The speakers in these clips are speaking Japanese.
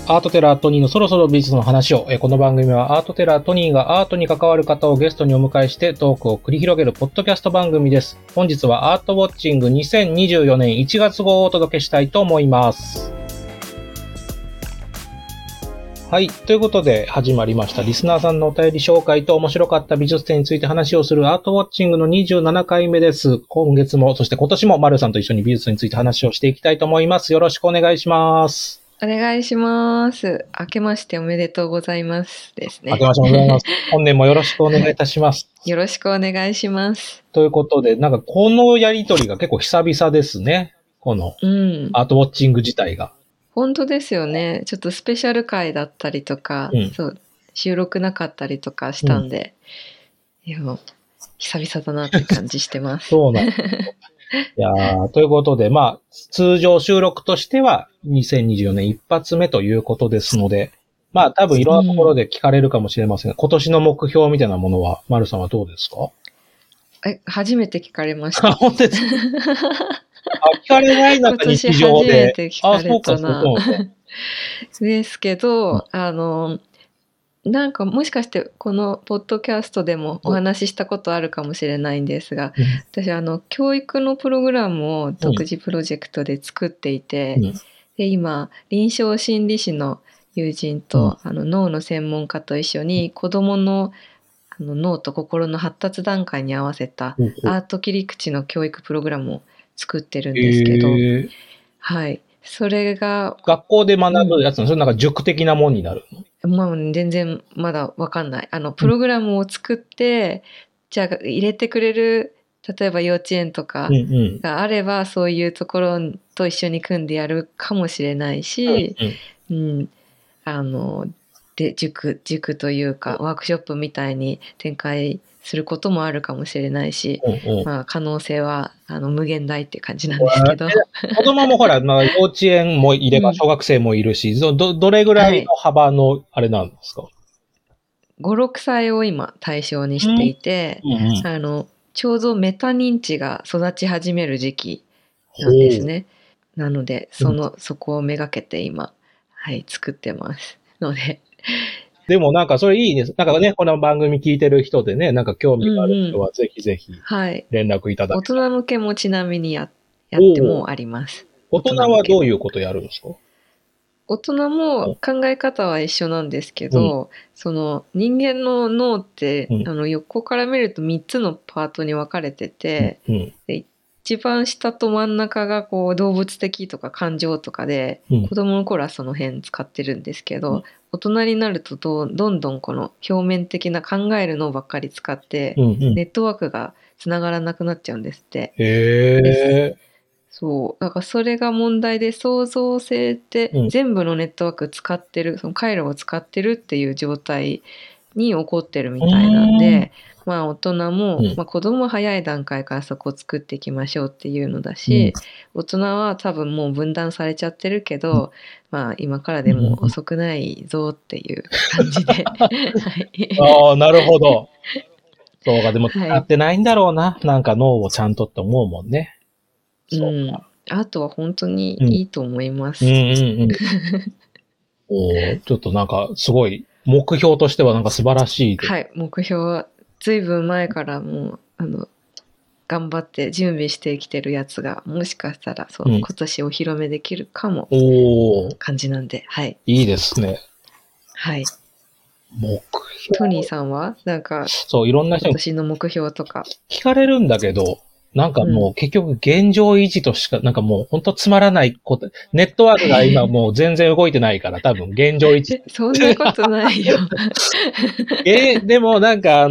アートテラートニーのそろそろ美術の話を。この番組はアートテラートニーがアートに関わる方をゲストにお迎えしてトークを繰り広げるポッドキャスト番組です。本日はアートウォッチング2024年1月号をお届けしたいと思います。はい。ということで始まりました。リスナーさんのお便り紹介と面白かった美術展について話をするアートウォッチングの27回目です。今月も、そして今年も丸さんと一緒に美術について話をしていきたいと思います。よろしくお願いします。 お願いします。明けましておめでとうございますですね。 明けましておめでとうございます。本年もよろしくお願いいたします。 よろしくお願いします。 ということで、なんかこのやりとりが結構久々ですね。このアートウォッチング自体が。 本当ですよね。ちょっとスペシャル回だったりとか、そう収録なかったりとかしたんで、いや久々だなって感じしてます。 そうなんです。いやということで、まあ、通常収録としては2024年一発目ということですので、まあ多分いろんなところで聞かれるかもしれませんが、今年の目標みたいなものは、丸さんはどうですか？ 初めて聞かれました。 本当ですか？聞かれない中日常で。 今年初めて聞かれたな。ですけど、なんかもしかしてこのポッドキャストでもお話ししたことあるかもしれないんですが、私教育のプログラムを独自プロジェクトで作っていて、で今臨床心理士の友人と、脳の専門家と一緒に子どもの脳と心の発達段階に合わせたアート切り口の教育プログラムを作ってるんですけど、はい、それが学校で学ぶやつの、それなんか塾的なもんになるの？ まあ全然まだわかんない。プログラムを作って、じゃあ入れてくれる例えば幼稚園とかがあれば、そういうところと一緒に組んでやるかもしれないし、で塾というかワークショップみたいに展開することもあるかもしれないし、まあ可能性は無限大っていう感じなんですけど。 子供もほら、まあ、幼稚園もいれば小学生もいるし、どれぐらいの幅のあれなんですか ？5、6歳を今対象にしていて、ちょうどメタ認知が育ち始める時期なんですね。なのでそこをめがけて今、作ってますので。 でもなんかそれいいです。なんかね、この番組聞いてる人でね、なんか興味がある人はぜひぜひ連絡いただきたい。 大人向けもちなみにやってもあります。 大人はどういうことやるんですか？ 大人も考え方は一緒なんですけど、その人間の脳って、横から見ると3つのパートに分かれてて、で一番下と真ん中がこう動物的とか感情とかで、子供の頃はその辺使ってるんですけど、大人になるとどんどんこの表面的な考えるのばっかり使って、ネットワークがつながらなくなっちゃうんですって。そうだからそれが問題で、創造性って全部のネットワーク使ってる、その回路を使ってるっていう状態に起こってるみたいなんで、まあ大人も、子供は早い段階からそこを作っていきましょうっていうのだし、大人は多分もう分断されちゃってるけど、まあ今からでも遅くないぞっていう感じで。 ああ、なるほど。そうか、でも使ってないんだろうな。なんか脳をちゃんとって思うもんね。 あとは本当にいいと思います。 ちょっとなんかすごい目標としてはなんか素晴らしい。 はい、目標はずいぶん前からもう頑張って準備してきてるやつが、もしかしたら今年お披露目できるかも感じなんで、 いいですね。 はい。 目標。 トニーさんはなんかいろんな人今年の目標とか聞かれるんだけど、なんかもう結局現状維持としか、なんかもう本当つまらないこと、ネットワークが今もう全然動いてないから多分現状維持。 そんなことないよ。 でもなんか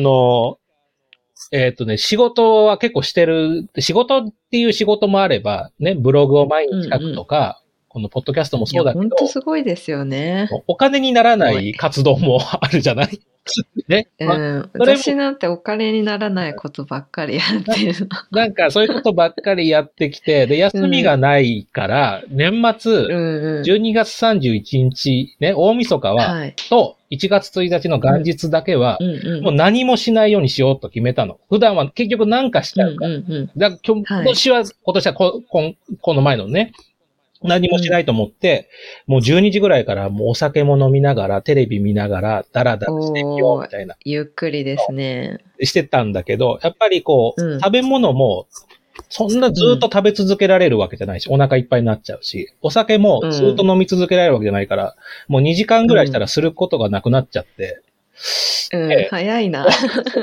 仕事は結構してる、仕事っていう仕事もあれば、ね、ブログを毎日書くとか、このポッドキャストもそうだけど、 本当すごいですよね。 お金にならない活動もあるじゃないね。 私なんてお金にならないことばっかりやってるの。 なんかそういうことばっかりやってきて、で、休みがないから、年末、12月31日、ね、大晦日は、と、1月1日の元日だけは、もう何もしないようにしようと決めたの。普段は結局何かしちゃうから。今年はこの前のね、 何もしないと思って、もう12時ぐらいからもうお酒も飲みながら、テレビ見ながら、ダラダラしてみようみたいな。 ゆっくりですね。 してたんだけど、やっぱりこう、食べ物も、そんなずっと食べ続けられるわけじゃないし、お腹いっぱいになっちゃうし、お酒もずっと飲み続けられるわけじゃないから、もう2時間ぐらいしたらすることがなくなっちゃって、 早いな。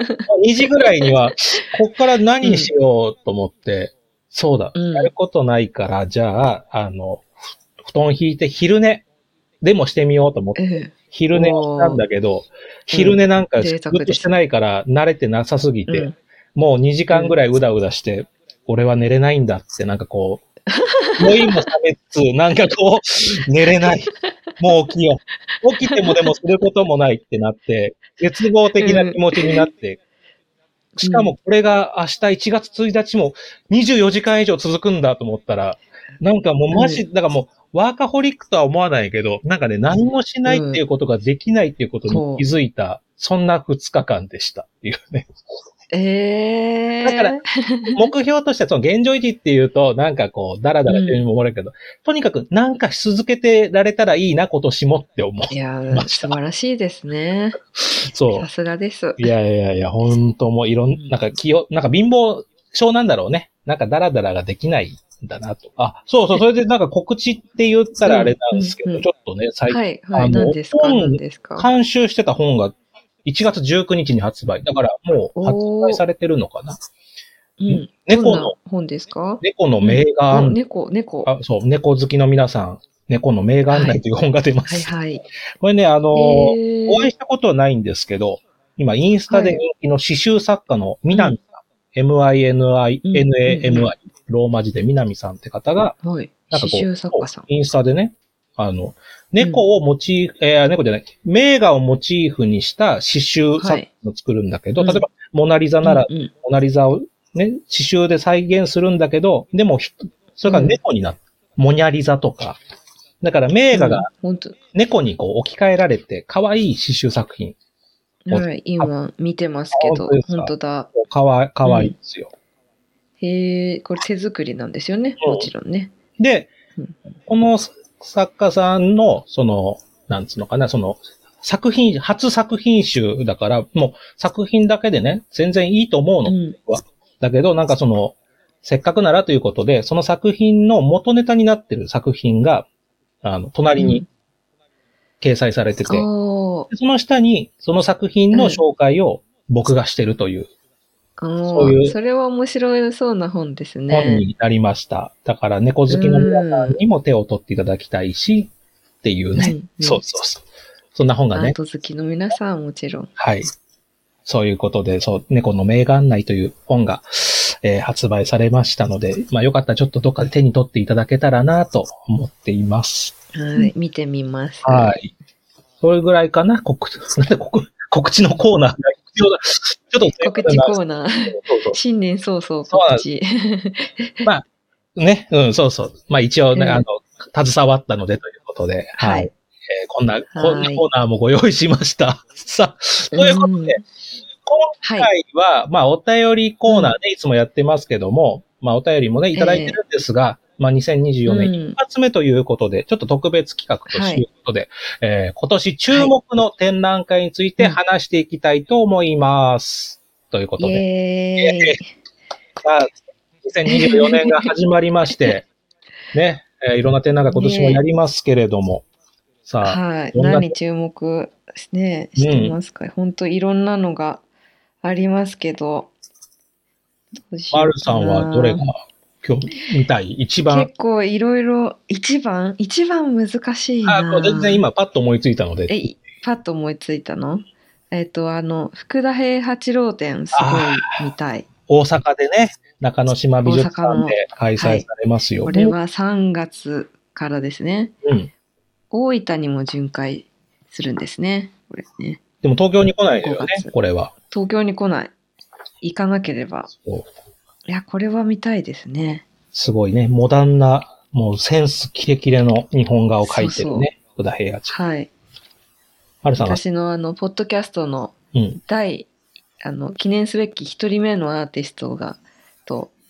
2時ぐらいには、こっから何しようと思って、そうだ、やることないから、じゃあ、布団引いて昼寝でもしてみようと思って、昼寝をしたんだけど、昼寝なんかずっとしてないから慣れてなさすぎて、もう2時間ぐらいうだうだして、俺は寝れないんだってなんかこう、酔いも覚めつつ、なんかこう、寝れない。もう起きよう。起きてもでもすることもないってなって、絶望的な気持ちになって、しかもこれが明日1月1日も24時間以上続くんだと思ったら、なんかもうマジ、だからもうワーカホリックとは思わないけど、なんかね、何もしないっていうことができないっていうことに気づいた、そんな2日間でしたっていうね。だから、目標としてはその現状維持っていうと、なんかこう、だらだらしてるにも思われるけど、とにかくなんかし続けてられたらいいな、今年もって思いました。 素晴らしいですね。 そう。 さすがです。 いや、本当もうなんかなんか貧乏症なんだろうね。なんかだらだらができないんだなと。そう、それでなんか告知って言ったらあれなんですけど、ちょっとね、最近、 何ですか監修してた本が1月19日に発売。だからもう発売されてるのかな。 猫の本ですか？ 猫の名画案内。 猫。 そう、猫好きの皆さん、猫の名画案内という本が出ます。これね、お会いしたことはないんですけど、今、インスタで人気の刺繍作家の南さん、MINAMI、ローマ字で南さんって方が、 なんかこう、 インスタでね、猫をモチーフ、猫じゃない、名画をモチーフにした刺繍作品を作るんだけど、例えば、モナリザなら、モナリザをね、刺繍で再現するんだけど、でも、それが猫になった。モニャリザとか。だから名画が猫にこう置き換えられて、可愛い刺繍作品。 今見てますけど、本当だ。 可愛いですよ。 へえ、これ手作りなんですよね。もちろんね。 で、この作家さんの、なんつうのかな、初作品集だから、もう作品だけでね、全然いいと思うの。だけど、なんかせっかくならということで、その作品の元ネタになってる作品が、隣に掲載されてて、その下にその作品の紹介を僕がしてるという、 そういう。それは面白そうな本ですね。 本になりました。だから猫好きの皆さんにも手を取っていただきたいし、っていうね。そう。そんな本がね。 アート好きの皆さんはもちろん。 はい。そういうことで、猫の名画案内という本が、発売されましたので、まあよかったらちょっとどっかで手に取っていただけたらなと思っています。 はい、見てみます。 はい。それぐらいかな、告知のコーナーが必要だ。ちょっと告知コーナー。新年早々告知。 まあ、ね、そう。まあ一応ね、携わったのでということで、はい。こんなコーナーもご用意しました。さあ、ということで、今回は、まあ、お便りコーナーでいつもやってますけども、まあ、お便りもね、いただいてるんですが、まあ、2024年一発目ということで、ちょっと特別企画ということで、今年注目の展覧会について話していきたいと思います。ということで。さあ、2024年が始まりまして、ね、いろんな展覧会今年もやりますけれども、さあ、 はい。何注目ね、してますか。本当いろんなのがありますけど。 マルさんはどれが今日見たい一番。 結構いろいろ、一番難しいな。 全然今パッと思いついたので。 パッと思いついたの？福田平八郎展すごい見たい。 大阪でね、中之島美術館で開催されますよ。 これは3月からですね。大分にも巡回するんですね。これね。 でも東京に来ないよね、これは。 東京に来ない。行かなければ。いや、これは見たいですね。 すごいね。モダンな、もうセンスキレキレの日本画を描いてるね。福田平八。 はい。 さん私のポッドキャストの記念すべき一人目のアーティストと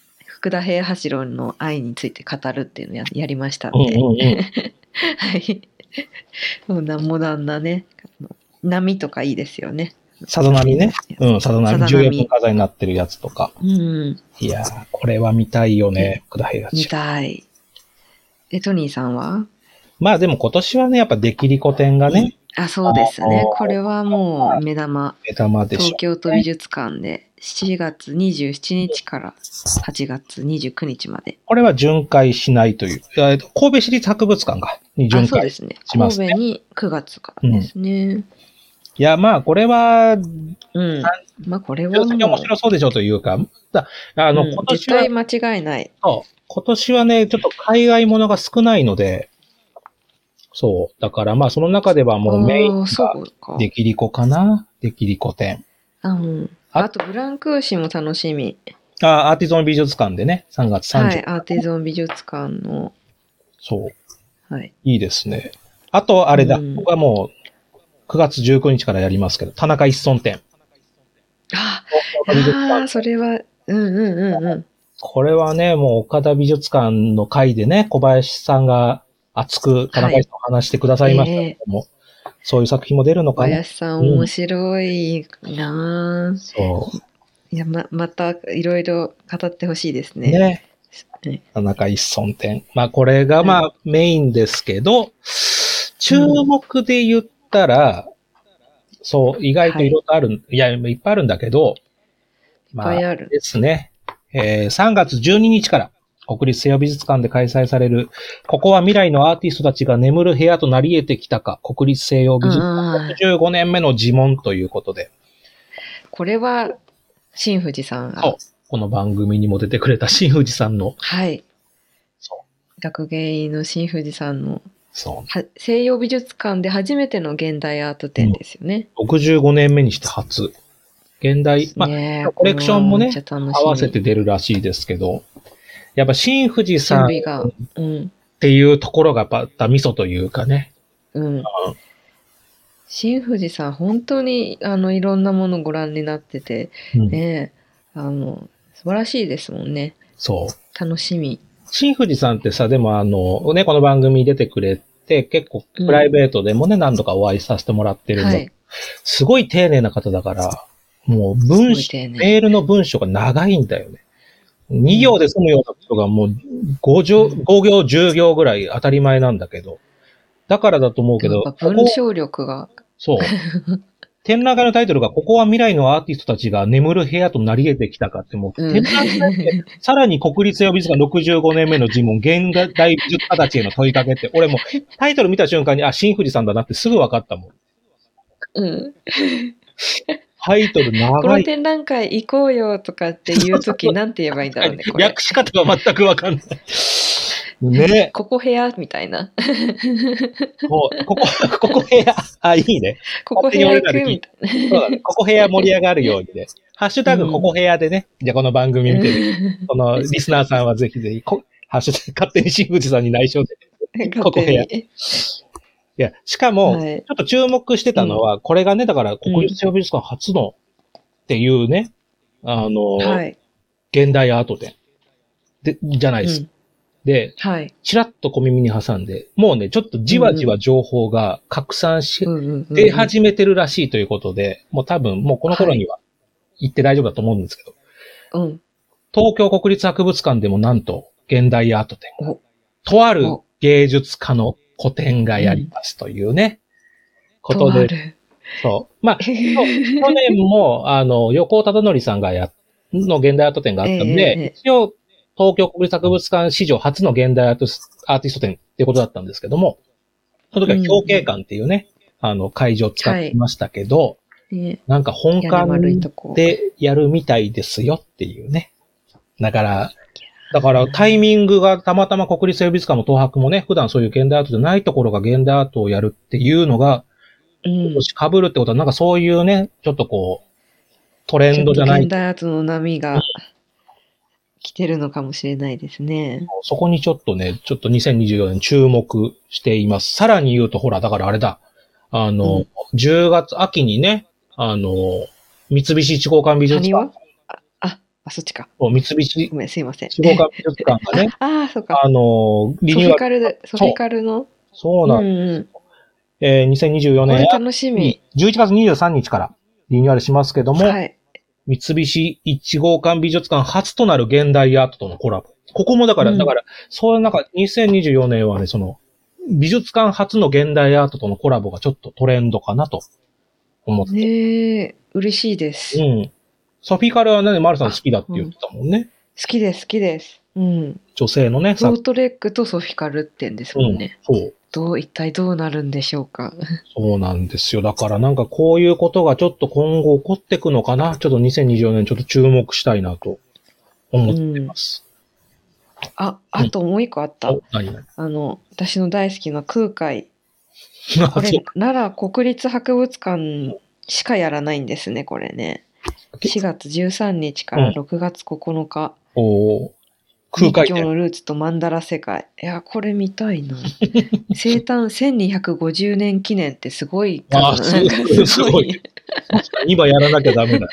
福田平八郎の愛について語るっていうのをやりましたんで、はい。モダンなね、波とかいいですよね。 さざ波ね。さざ波。14分火災になってるやつとか。いやー、これは見たいよね、福田平八郎。 見たい。トニーさんは？ まあでも今年はね、やっぱデキリコ展がね。 そうですね。これはもう目玉。 目玉でしょ。 東京都美術館で7月27日から8月29日まで。 これは巡回しないという。神戸市立博物館が巡回しますね。 神戸に9月からですね。 いや、まあ、これは、 まあ、これはもう。 面白そうでしょというか、今年は。 絶対間違いない。 そう。今年はね、ちょっと海外ものが少ないので、そう。だからまあ、その中ではもうメインがデキリコかな？デキリコ展。 あと、ブランクーシも楽しみ。 アーティゾン美術館でね、3月30日。 はい、アーティゾン美術館の。 そう。 はい。 いいですね。あと、あれだ。僕はもう、9月19日からやりますけど、田中一村展。 それは、 これはね、もう岡田美術館の会でね、小林さんが熱く田中一村話してくださいましたけども、そういう作品も出るのかな。 小林さん面白いなぁ。そう。いや、またいろいろ語ってほしいですね。 ね。田中一村展。まあこれがまあメインですけど、注目で言ったら、そう、意外といろいろある、いや、いっぱいあるんだけど、 まあ、いっぱいある。 ですね。3月12日から国立西洋美術館で開催される、ここは未来のアーティストたちが眠る部屋となり得てきたか、国立西洋美術館65年目の呪文ということで。 これは、新富士さんが。 そう。この番組にも出てくれた新富士さんの。 はい。そう。学芸員の新富士さんの。 そう。 西洋美術館で初めての現代アート展ですよね。 65年目にして初。現代、まあ、コレクションもね、合わせて出るらしいですけど、やっぱ新富士さんっていうところがやっぱミソというかね。 新富士さん、本当にいろんなものご覧になってて、ね、素晴らしいですもんね。 そう。 楽しみ。 新富士さんってさ、でもね、この番組に出てくれて、結構プライベートでもね、何度かお会いさせてもらってるの。すごい丁寧な方だから、もうメールの文章が長いんだよね。2行で済むようなことがもう5行、10行ぐらい当たり前なんだけど。だからだと思うけど。 文章力が。 そう。展覧会のタイトルが、ここは未来のアーティストたちが眠る部屋となり得てきたかって、もう、展覧会ってさらに国立西洋美術館65年目の呪文、現代美術家たちへの問いかけって、俺もタイトル見た瞬間に、新富士さんだなってすぐ分かったもん。タイトル長い。 この展覧会行こうよとかっていうときなんて言えばいいんだろうね。 訳し方が全く分かんない。ね。 ここ部屋みたいな。 ここ部屋。いいね。 ここ部屋行くみたいな。 そうだね。ここ部屋盛り上がるようにね。ハッシュタグここ部屋でね。じゃあこの番組見てる。このリスナーさんはぜひぜひ、ハッシュタグ勝手に新富士さんに内緒で。ここ部屋。いや、しかも、ちょっと注目してたのは、これがね、だから国立西洋美術館初のっていうね、現代アート展じゃないです。で、ちらっと小耳に挟んで、もうね、ちょっとじわじわ情報が拡散し、出始めてるらしいということで、もう多分、もうこの頃には行って大丈夫だと思うんですけど、東京国立博物館でもなんと、現代アート展が、とある芸術家の個展がやりますというね、ことで、そう。まあ、去年も、横尾忠則さんがの現代アート展があったんで、一応、東京国立博物館史上初の現代アーティスト展っていうことだったんですけども、その時は表慶館っていうね、会場を使ってましたけど、なんか本館でやるみたいですよっていうね。だからタイミングがたまたま国立西洋美術館も東博もね、普段そういう現代アートじゃないところが現代アートをやるっていうのが、今年被るってことは、なんかそういうね、ちょっとこう、トレンドじゃない。 現代アートの波が来てるのかもしれないですね。 そこにちょっと2024年注目しています。さらに言うと、ほら、だからあれだ。10月、秋にね、三菱一号館美術館。 あ、そっちか。 三菱。 ごめん、すいません。 1号館美術館がね。 そうか。 リニューアル。 ソフィカルの。 そうなんです。2024年。 これ楽しみ。 11月23日からリニューアルしますけども、はい、三菱1号館美術館初となる現代アートとのコラボ。ここもだから、そういう中、2024年はね、美術館初の現代アートとのコラボがちょっとトレンドかなと思って。 ね、嬉しいです。 ソフィカルはね、マルさん好きだって言ってたもんね。 好きです。 女性のね、 ロートレックとソフィカルってんですもんね。そう。一体どうなるんでしょうか。 そうなんですよ。だからなんかこういうことがちょっと今後起こっていくのかな。ちょっと2024年ちょっと注目したいなと思ってます。 あともう一個あった。私の大好きな空海。これ、奈良国立博物館しかやらないんですね、これね。4月13日から6月9日。空海日のルーツとマンダラ世界。いや、これ見たいな。生誕1250年記念ってすごい数なんかすごい。 今やらなきゃダメだ。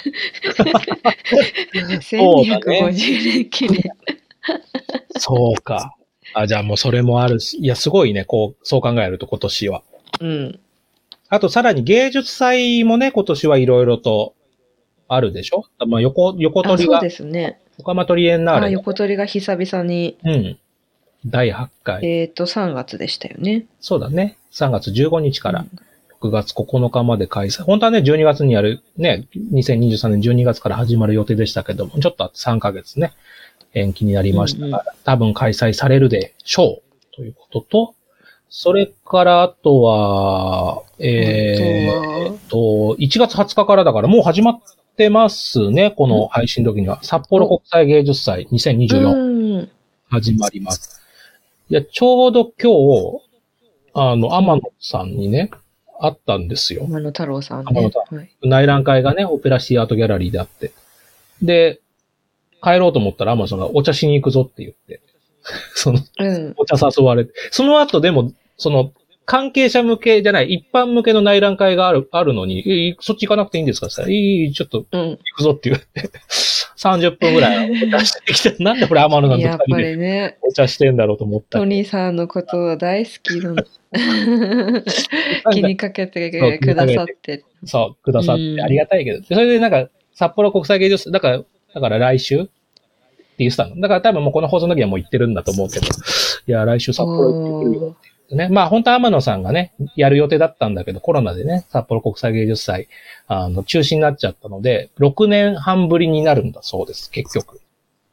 1250年記念。 そうか。じゃあもうそれもあるし。いや、すごいね、そう考えると今年は。あとさらに芸術祭もね、今年はいろいろとあるでしょ。横取りが。 そうですね。 岡間トリエンナーレ。 横取りが久々に。 第8回。 3月でしたよね。 そうだね。3月15日から6月9日まで開催。本当はね、12月にやる、ね、2023年12月から始まる予定でしたけども、ちょっとあと3ヶ月ね、延期になりましたから、多分開催されるでしょう。ということと、それからあとは、1月20日からだからもう始まってますね。この配信時には。札幌国際芸術祭2024始まります。いや、ちょうど今日、天野さんにね、会ったんですよ。 天野太郎さんね。 内覧会がね、オペラシティアートギャラリーであって。で、帰ろうと思ったら天野さんがお茶しに行くぞって言って。お茶誘われて。その後でも、関係者向けじゃない、一般向けの内覧会があるのに、そっち行かなくていいんですかって言ったら、ちょっと行くぞって言って、30分ぐらいお茶してきて、なんでこれ天野なんとかでお茶してんだろうと思った。 トニーさんのことは大好きなの。気にかけてくださってる。 そう、くださってありがたいけど。それでなんか、札幌国際芸術、だから来週って言ってたの。だから多分もうこの放送の時はもう行ってるんだと思うけど、いや、来週札幌行ってくるよってね。まあ本当は天野さんがね、やる予定だったんだけど、コロナでね、札幌国際芸術祭、中止になっちゃったので、6年半ぶりになるんだそうです、結局。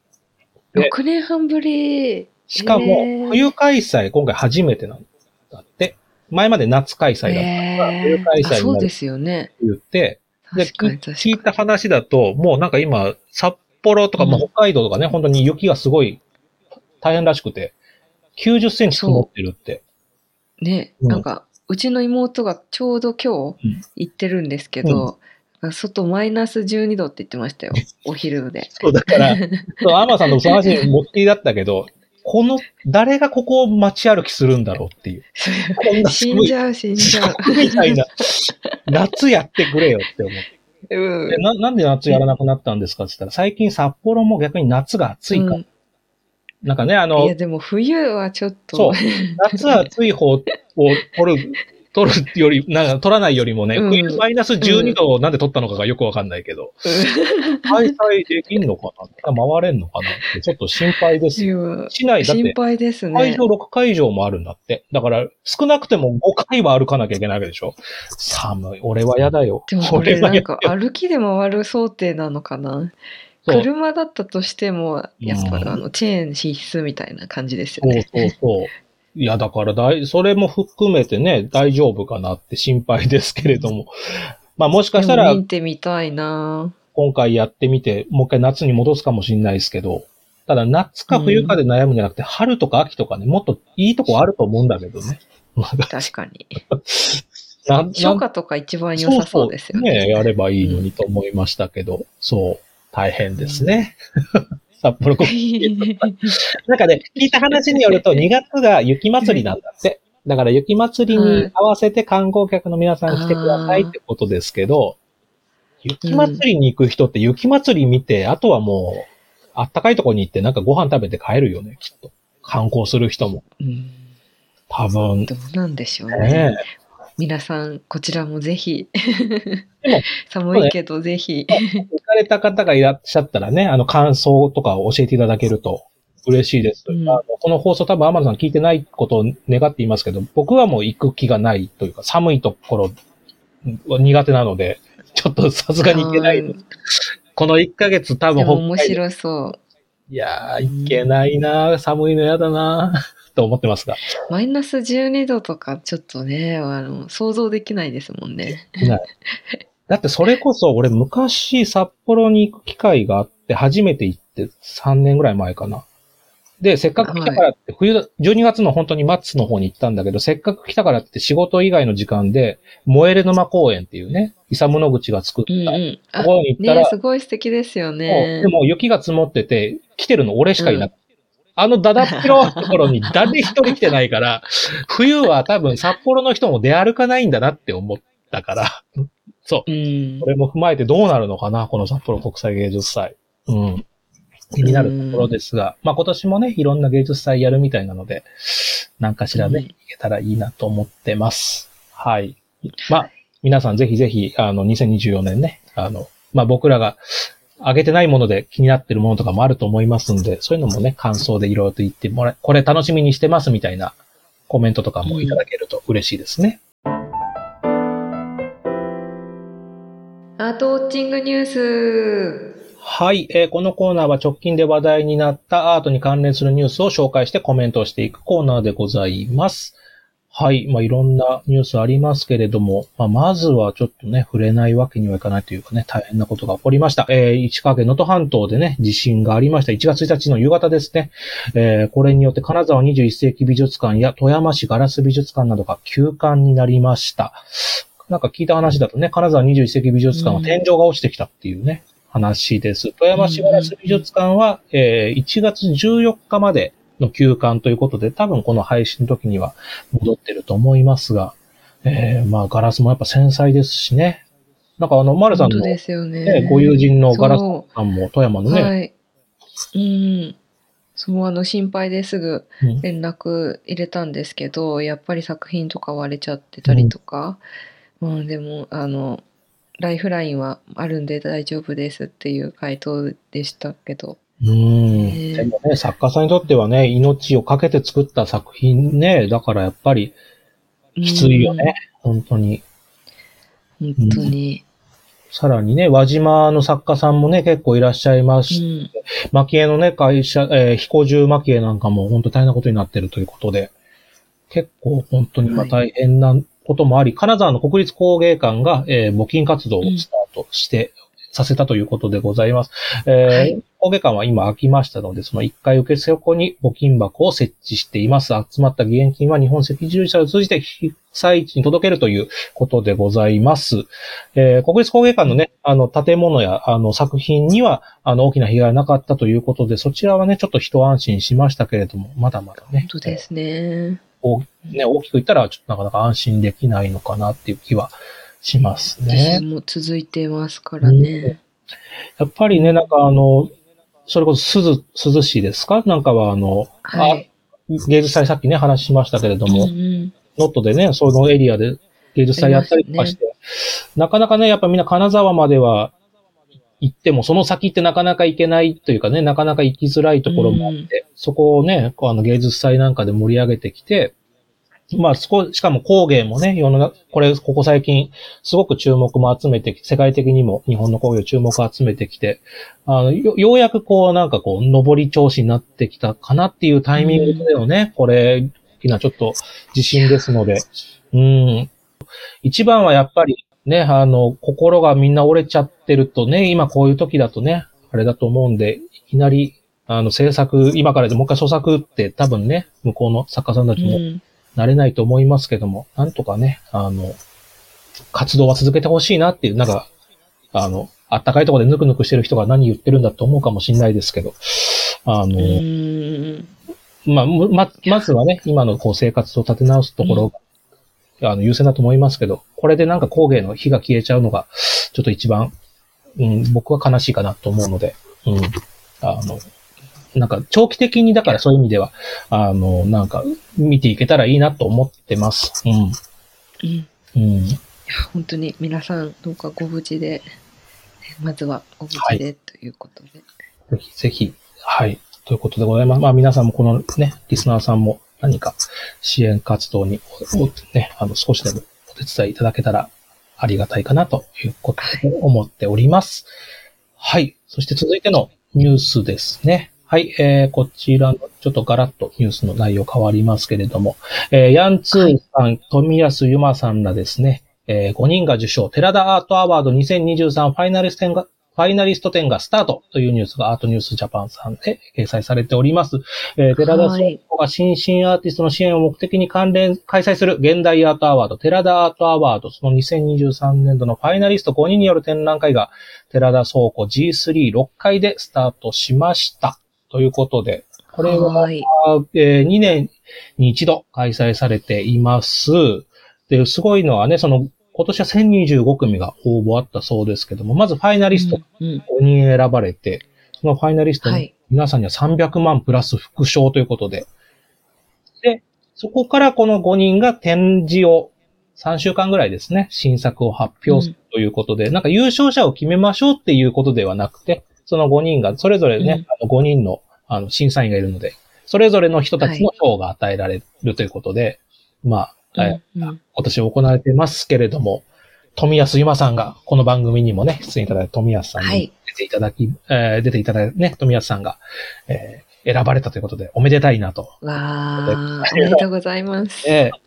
6年半ぶり。 しかも、冬開催、今回初めてなんだって。前まで夏開催だったから、冬開催になる。 そうですよね。 言って、で、聞いた話だと、もうなんか今、札幌とか、北海道とかね、本当に雪がすごい大変らしくて、90センチ積もってるって。 ね、なんか、うちの妹がちょうど今日行ってるんですけど、外マイナス12度って言ってましたよ。お昼で。 そう、だから、アマさんのその話に持ってきだったけど、誰がここを街歩きするんだろうっていう。 こんな死んじゃう。 みたいな。夏やってくれよって思って。なんで夏やらなくなったんですかって言ったら、最近札幌も逆に夏が暑いから。なんかね、 いやでも冬はちょっと。 そう。夏は暑い方を取るより、取らないよりもね、冬マイナス12度をなんで取ったのかがよくわかんないけど、開催できんのかな回れんのかなってちょっと心配ですよ。市内だって、 心配ですね。 会場6会場もあるんだって。だから、少なくても5回は歩かなきゃいけないわけでしょ。寒い。俺は嫌だよ。 でもこれなんか歩きで回る想定なのかな。車だったとしても、やっぱチェーン必須みたいな感じですよね。 そう。いや、だからそれも含めてね、大丈夫かなって心配ですけれども。まあもしかしたら、 見てみたいな。 今回やってみて、もう一回夏に戻すかもしれないですけど、ただ夏か冬かで悩むんじゃなくて、春とか秋とかね、もっといいとこあると思うんだけどね。 確かに。初夏とか一番良さそうですよね。やればいいのにと思いましたけど、そう、大変ですね。札幌国際なんかね、聞いた話によると2月が雪祭りなんだって。だから雪祭りに合わせて観光客の皆さん来てくださいってことですけど、雪祭りに行く人って雪祭り見て、あとはもうあったかいとこに行ってなんかご飯食べて帰るよね、きっと。観光する人も。多分。 どうなんでしょうね。皆さん、こちらもぜひ。でも寒いけどぜひ。 行かれた方がいらっしゃったらね、感想とかを教えていただけると嬉しいです。この放送多分天野さん聞いてないことを願っていますけど、僕はもう行く気がないというか、寒いところは苦手なので、ちょっとさすがに行けないです。この1ヶ月多分面白そう。 いやー、行けないな、寒いのやだなと思ってますが。 マイナス12度とかちょっとね、想像できないですもんね。 だってそれこそ俺昔札幌に行く機会があって初めて行って3年ぐらい前かな。で、せっかく来たからって、12月の本当に末の方に行ったんだけど、せっかく来たからって仕事以外の時間で、燃える沼公園っていうね、イサム・ノグチが作ったところに行ったら、 すごい素敵ですよね。 でも雪が積もってて、来てるの俺しかいなくて、だだっ広いところに誰一人来てないから、冬は多分札幌の人も出歩かないんだなって思ったから、そう。これも踏まえてどうなるのかな、この札幌国際芸術祭。気になるところですが、今年もね、いろんな芸術祭やるみたいなので、何かしらね、行けたらいいなと思ってます。はい。皆さんぜひぜひ、2024年ね、僕らが上げてないもので気になってるものとかもあると思いますんで、そういうのもね、感想でいろいろと言ってもらえ、これ楽しみにしてますみたいなコメントとかもいただけると嬉しいですね。 アートウォッチングニュース。 はい、このコーナーは直近で話題になったアートに関連するニュースを紹介してコメントをしていくコーナーでございます。はい、いろんなニュースありますけれども、まずはちょっとね、触れないわけにはいかないというかね、大変なことが起こりました。石川県能登半島でね、地震がありました。1月1日の夕方ですね。これによって金沢21世紀美術館や富山市ガラス美術館などが休館になりました。なんか聞いた話だとね、金沢21世紀美術館は天井が落ちてきたっていうね、話です。富山市ガラス美術館は、1月14日までの休館ということで、多分この配信の時には戻ってると思いますが、ガラスもやっぱ繊細ですしね。なんか丸さんの、ご友人のガラスさんも富山のね。はい。 そう、心配ですぐ連絡入れたんですけど、やっぱり作品とか割れちゃってたりとか、でも、ライフラインはあるんで大丈夫ですっていう回答でしたけど。 でもね、作家さんにとってはね、命をかけて作った作品ね、だからやっぱり、きついよね、本当に。 本当に。 さらにね、輪島の作家さんもね、結構いらっしゃいますし、蒔絵のね、会社、彦十蒔絵なんかも本当大変なことになってるということで、結構本当に大変なこともあり、金沢の国立工芸館が、募金活動をスタートして、させたということでございます。工芸館は今開きましたので、その1階受付横に募金箱を設置しています。集まった義援金は日本赤十字社を通じて被災地に届けるということでございます。国立工芸館のね、建物や作品には大きな被害がなかったということで、そちらはね、ちょっと一安心しましたけれども、まだまだね。 本当ですね。 大きく言ったら、ちょっとなかなか安心できないのかなっていう気はしますね。 地震も続いてますからね。 やっぱりね、なんかそれこそ涼しいですかなんかは芸術祭さっきね、話しましたけれども、能登でね、そのエリアで芸術祭やったりとかして、なかなかね、やっぱみんな金沢までは行っても、その先ってなかなか行けないというかね、なかなか行きづらいところもあって、そこをね、芸術祭なんかで盛り上げてきて、しかも工芸もね、ここ最近、すごく注目も集めてきて、世界的にも日本の工芸注目を集めてきて、ようやく上り調子になってきたかなっていうタイミングでのね、これ、大きなちょっと自信ですので、一番はやっぱりね、心がみんな折れちゃってるとね、今こういう時だとね、あれだと思うんで、いきなり、制作、今からでもう一回創作って多分ね、向こうの作家さんたちも、なれないと思いますけども、なんとかね、活動は続けてほしいなっていう、なんか、あったかいところでぬくぬくしてる人が何言ってるんだと思うかもしれないですけど、まずはね、今の生活を立て直すところが、優先だと思いますけど、これでなんか工芸の火が消えちゃうのが、ちょっと一番、僕は悲しいかなと思うので、 なんか長期的にだからそういう意味では、なんか見ていけたらいいなと思ってます。うん。 うん。いや、本当に皆さんどうかご無事で、まずはご無事でということで。 ぜひぜひ、はい。ということでございます。まあ皆さんもこのね、リスナーさんも何か支援活動に、ね、少しでもお手伝いいただけたらありがたいかなということで思っております。はい。そして続いてのニュースですね。はい。こちらの、ちょっとガラッとニュースの内容変わりますけれども、ヤンツーさん、富安由真さんらですね、5人が受賞、寺田アートアワード2023ファイナリスト展がスタートというニュースがアートニュースジャパンさんで掲載されております。寺田総子が新進アーティストの支援を目的に開催する現代アートアワード、寺田アートアワード、その2023年度のファイナリスト5人による展覧会が寺田倉庫 G3-6 階でスタートしました。ということで、これは、2年に一度開催されています。で、すごいのはね、今年は1025組が応募あったそうですけども、まずファイナリスト5人選ばれて、そのファイナリストの皆さんには300万プラス副賞ということで、で、そこからこの5人が展示を3週間ぐらいですね、新作を発表するということで、なんか優勝者を決めましょうっていうことではなくて、その5人が、それぞれね、5人の審査員がいるので、それぞれの人たちの賞が与えられるということで、まあ、今年行われてますけれども、富安由真さんがこの番組にもね、出演いただいた富安さんに出ていただいてね、富安さんが、選ばれたということで、おめでたいなと。 わー、おめでとうございます。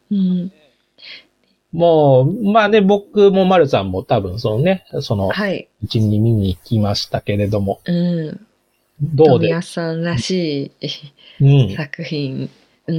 もう、まあね、僕も丸さんも多分うちに見に行きましたけれども。 どうで富安さんらしい、作品。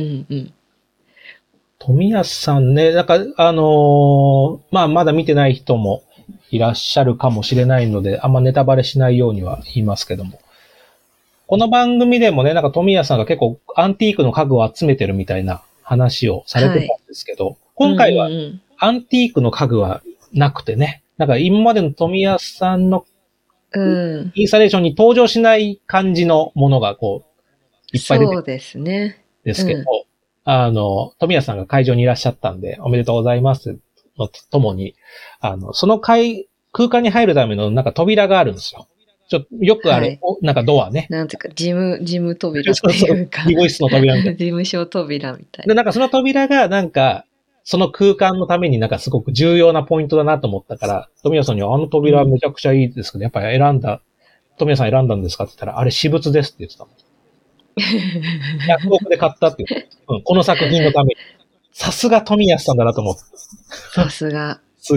富安さんね、なんか、まあ、まだ見てない人もいらっしゃるかもしれないので、あんまネタバレしないようには言いますけども。この番組でもね、なんか富安さんが結構アンティークの家具を集めてるみたいな話をされてたんですけど、今回はアンティークの家具はなくてね、なんか今までの富安さんのインスタレーションに登場しない感じのものがこう、いっぱい出てる。 そうですね。 ですけど、富安さんが会場にいらっしゃったんで、おめでとうございますのともに、その空間に入るためのなんか扉があるんですよ。よくある、なんかドアね。 なんていうか、事務扉っていうか。 事務室の扉みたいな。 事務所扉みたいな。 で、なんかその扉がなんか、その空間のためになんかすごく重要なポイントだなと思ったから、富安さんにはあの扉めちゃくちゃいいですけど、やっぱり富安さん選んだんですかって言ったら、あれ私物ですって言ってたもん。100億で買ったっていう、この作品のために。さすが富安さんだなと思って。 さすが。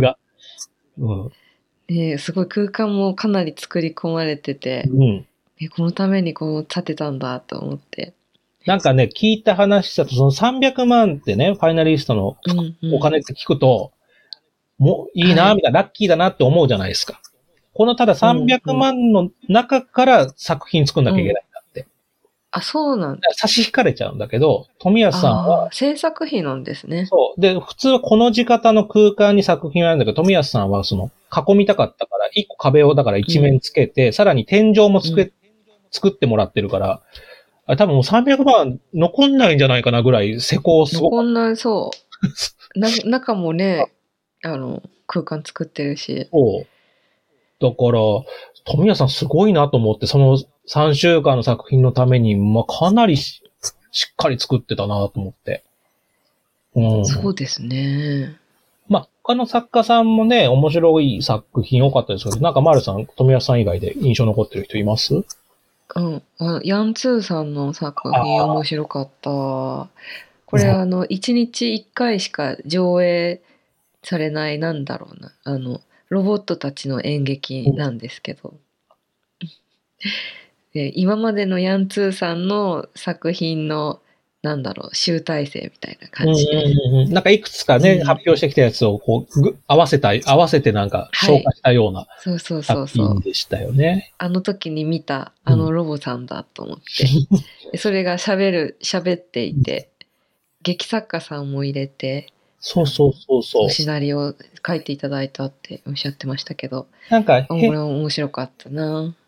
すごい空間もかなり作り込まれてて、このためにこう建てたんだと思って。 なんかね、聞いた話だと、その300万ってね、ファイナリストのお金って聞くと、もういいな、みたいな、ラッキーだなって思うじゃないですか。このただ300万の中から作品作んなきゃいけないんだって。 あ、そうなんだ。 差し引かれちゃうんだけど、富安さんは。 制作費なんですね。 そう。で、普通はこの字型の空間に作品があるんだけど、富安さんは囲みたかったから、一個壁をだから一面つけて、さらに天井も作ってもらってるから、多分もう300万残んないんじゃないかなぐらい施工すごく。 残んないそう。中もね、空間作ってるし。 そう。だから、富安さんすごいなと思って、その3週間の作品のために、まあ、かなりしっかり作ってたなと思って。 そうですね。 まあ、他の作家さんもね、面白い作品多かったですけど、なんか丸さん、富安さん以外で印象残ってる人います？ ヤンツーさんの作品面白かった。これ1日1回しか上映されない、なんだろうな、ロボットたちの演劇なんですけど、で今までのヤンツーさんの作品のなんだろう、集大成みたいな感じで、 なんかいくつかね、発表してきたやつをこう合わせてなんか消化したような作品でしたよね。 あの時に見たロボさんだと思って、それが喋っていて、劇作家さんも入れて、 そう。 シナリオ書いていただいたっておっしゃってましたけど、 なんかこれ面白かったな。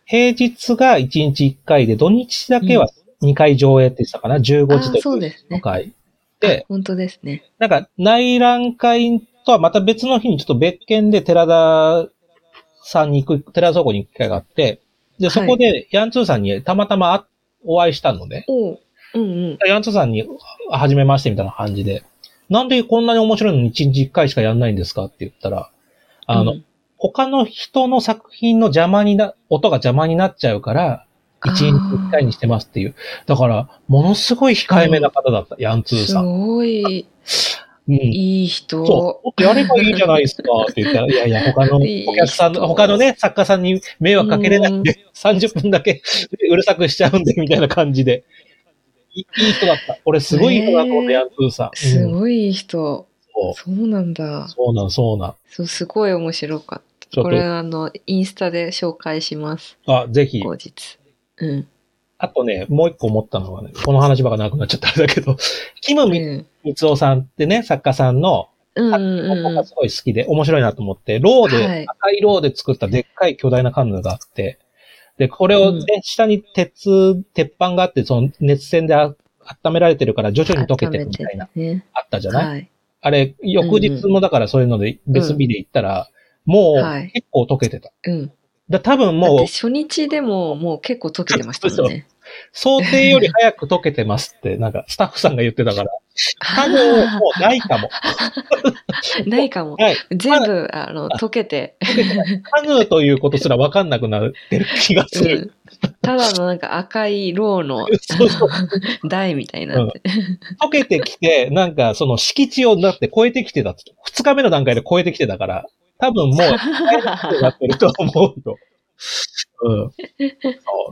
平日が1日1回で、土日だけは2回上映って言ってたかな、15時とそうですね。 の回。で、 本当ですね。 なんか内覧会とはまた別の日にちょっと別件で寺田さんに行く、寺田倉庫に行く機会があって、で、そこでヤンツーさんにたまたまお会いしたので、ヤンツーさんに初めましてみたいな感じで、なんでこんなに面白いのに1日1回しかやんないんですかって言ったら、他の人の作品の音が邪魔になっちゃうから、1日1回にしてますっていう。だから、ものすごい控えめな方だった、ヤンツーさん。 すごい、いい人。 そう、やればいいじゃないですかって言ったら、いやいや、他のお客さん、他のね、作家さんに迷惑かけれないんで、30分だけうるさくしちゃうんで、みたいな感じで。いい人だった。俺すごい人だと思って、ヤンツーさん。 すごいいい人。そうなんだ。 そうなん。 そう、すごい面白かった。これインスタで紹介します。 ぜひ。 後日。 あとね、もう一個思ったのはね、この話ばかなくなっちゃったんだけど、キム・ミツオさんってね、作家さんの、僕がすごい好きで面白いなと思って、赤いローで作ったでっかい巨大なカヌーがあって、で、これをね、下に鉄板があって、その熱線で温められてるから徐々に溶けてるみたいな、あったじゃない？あれ、翌日もだからそういうので別日で行ったら、もう結構溶けてた。多分もう。 初日でももう結構溶けてましたもんね。 想定より早く溶けてますって、なんかスタッフさんが言ってたから、多分もうないかも。 ないかも。全部溶けて。 カヌーということすら分かんなくなってる気がする。 ただのなんか赤いローの台みたいになって。 溶けてきて、なんかその敷地をだって超えてきてた。2日目の段階で超えてきてたから、多分もう、なってると思うと。そう。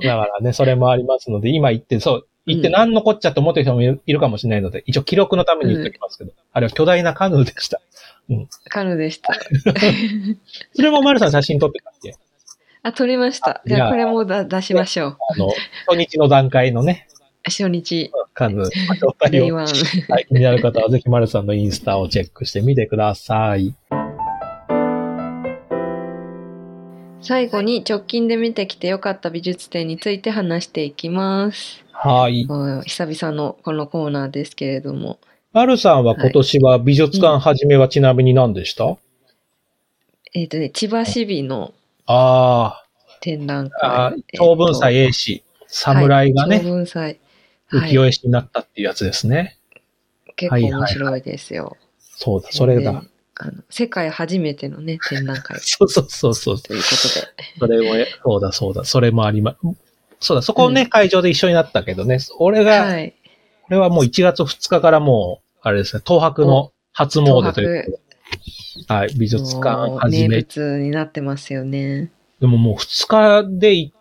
だからね、それもありますので、今言って何のこっちゃって思ってる人もいるかもしれないので、一応記録のために言っておきますけど、あれは巨大なカヌーでした。 カヌーでした。 それも丸さん写真撮ってたっけ？ 撮りました。じゃあこれも出しましょう。 初日の段階のね。 初日。 カヌー。はい。気になる方はぜひ丸さんのインスタをチェックしてみてください。 最後に直近で見てきてよかった美術展について話していきます。 はい。 久々のこのコーナーですけれども。 丸さんは今年は美術館始めはちなみに何でした？ 千葉市美の展覧会。 長文祭 A 氏、侍がね、 長文祭。 浮世絵師になったっていうやつですね。 結構面白いですよ。 そうだ、それだ。 世界初めてのね、展覧会。 そう。ということで。 それも、そうだ、それもあります。そうだ、そこね、会場で一緒になったけどね、これはもう1月2日からもう、あれですね、東博の初詣ということで。はい、美術館始め。 名物になってますよね。 でももう2日で行って、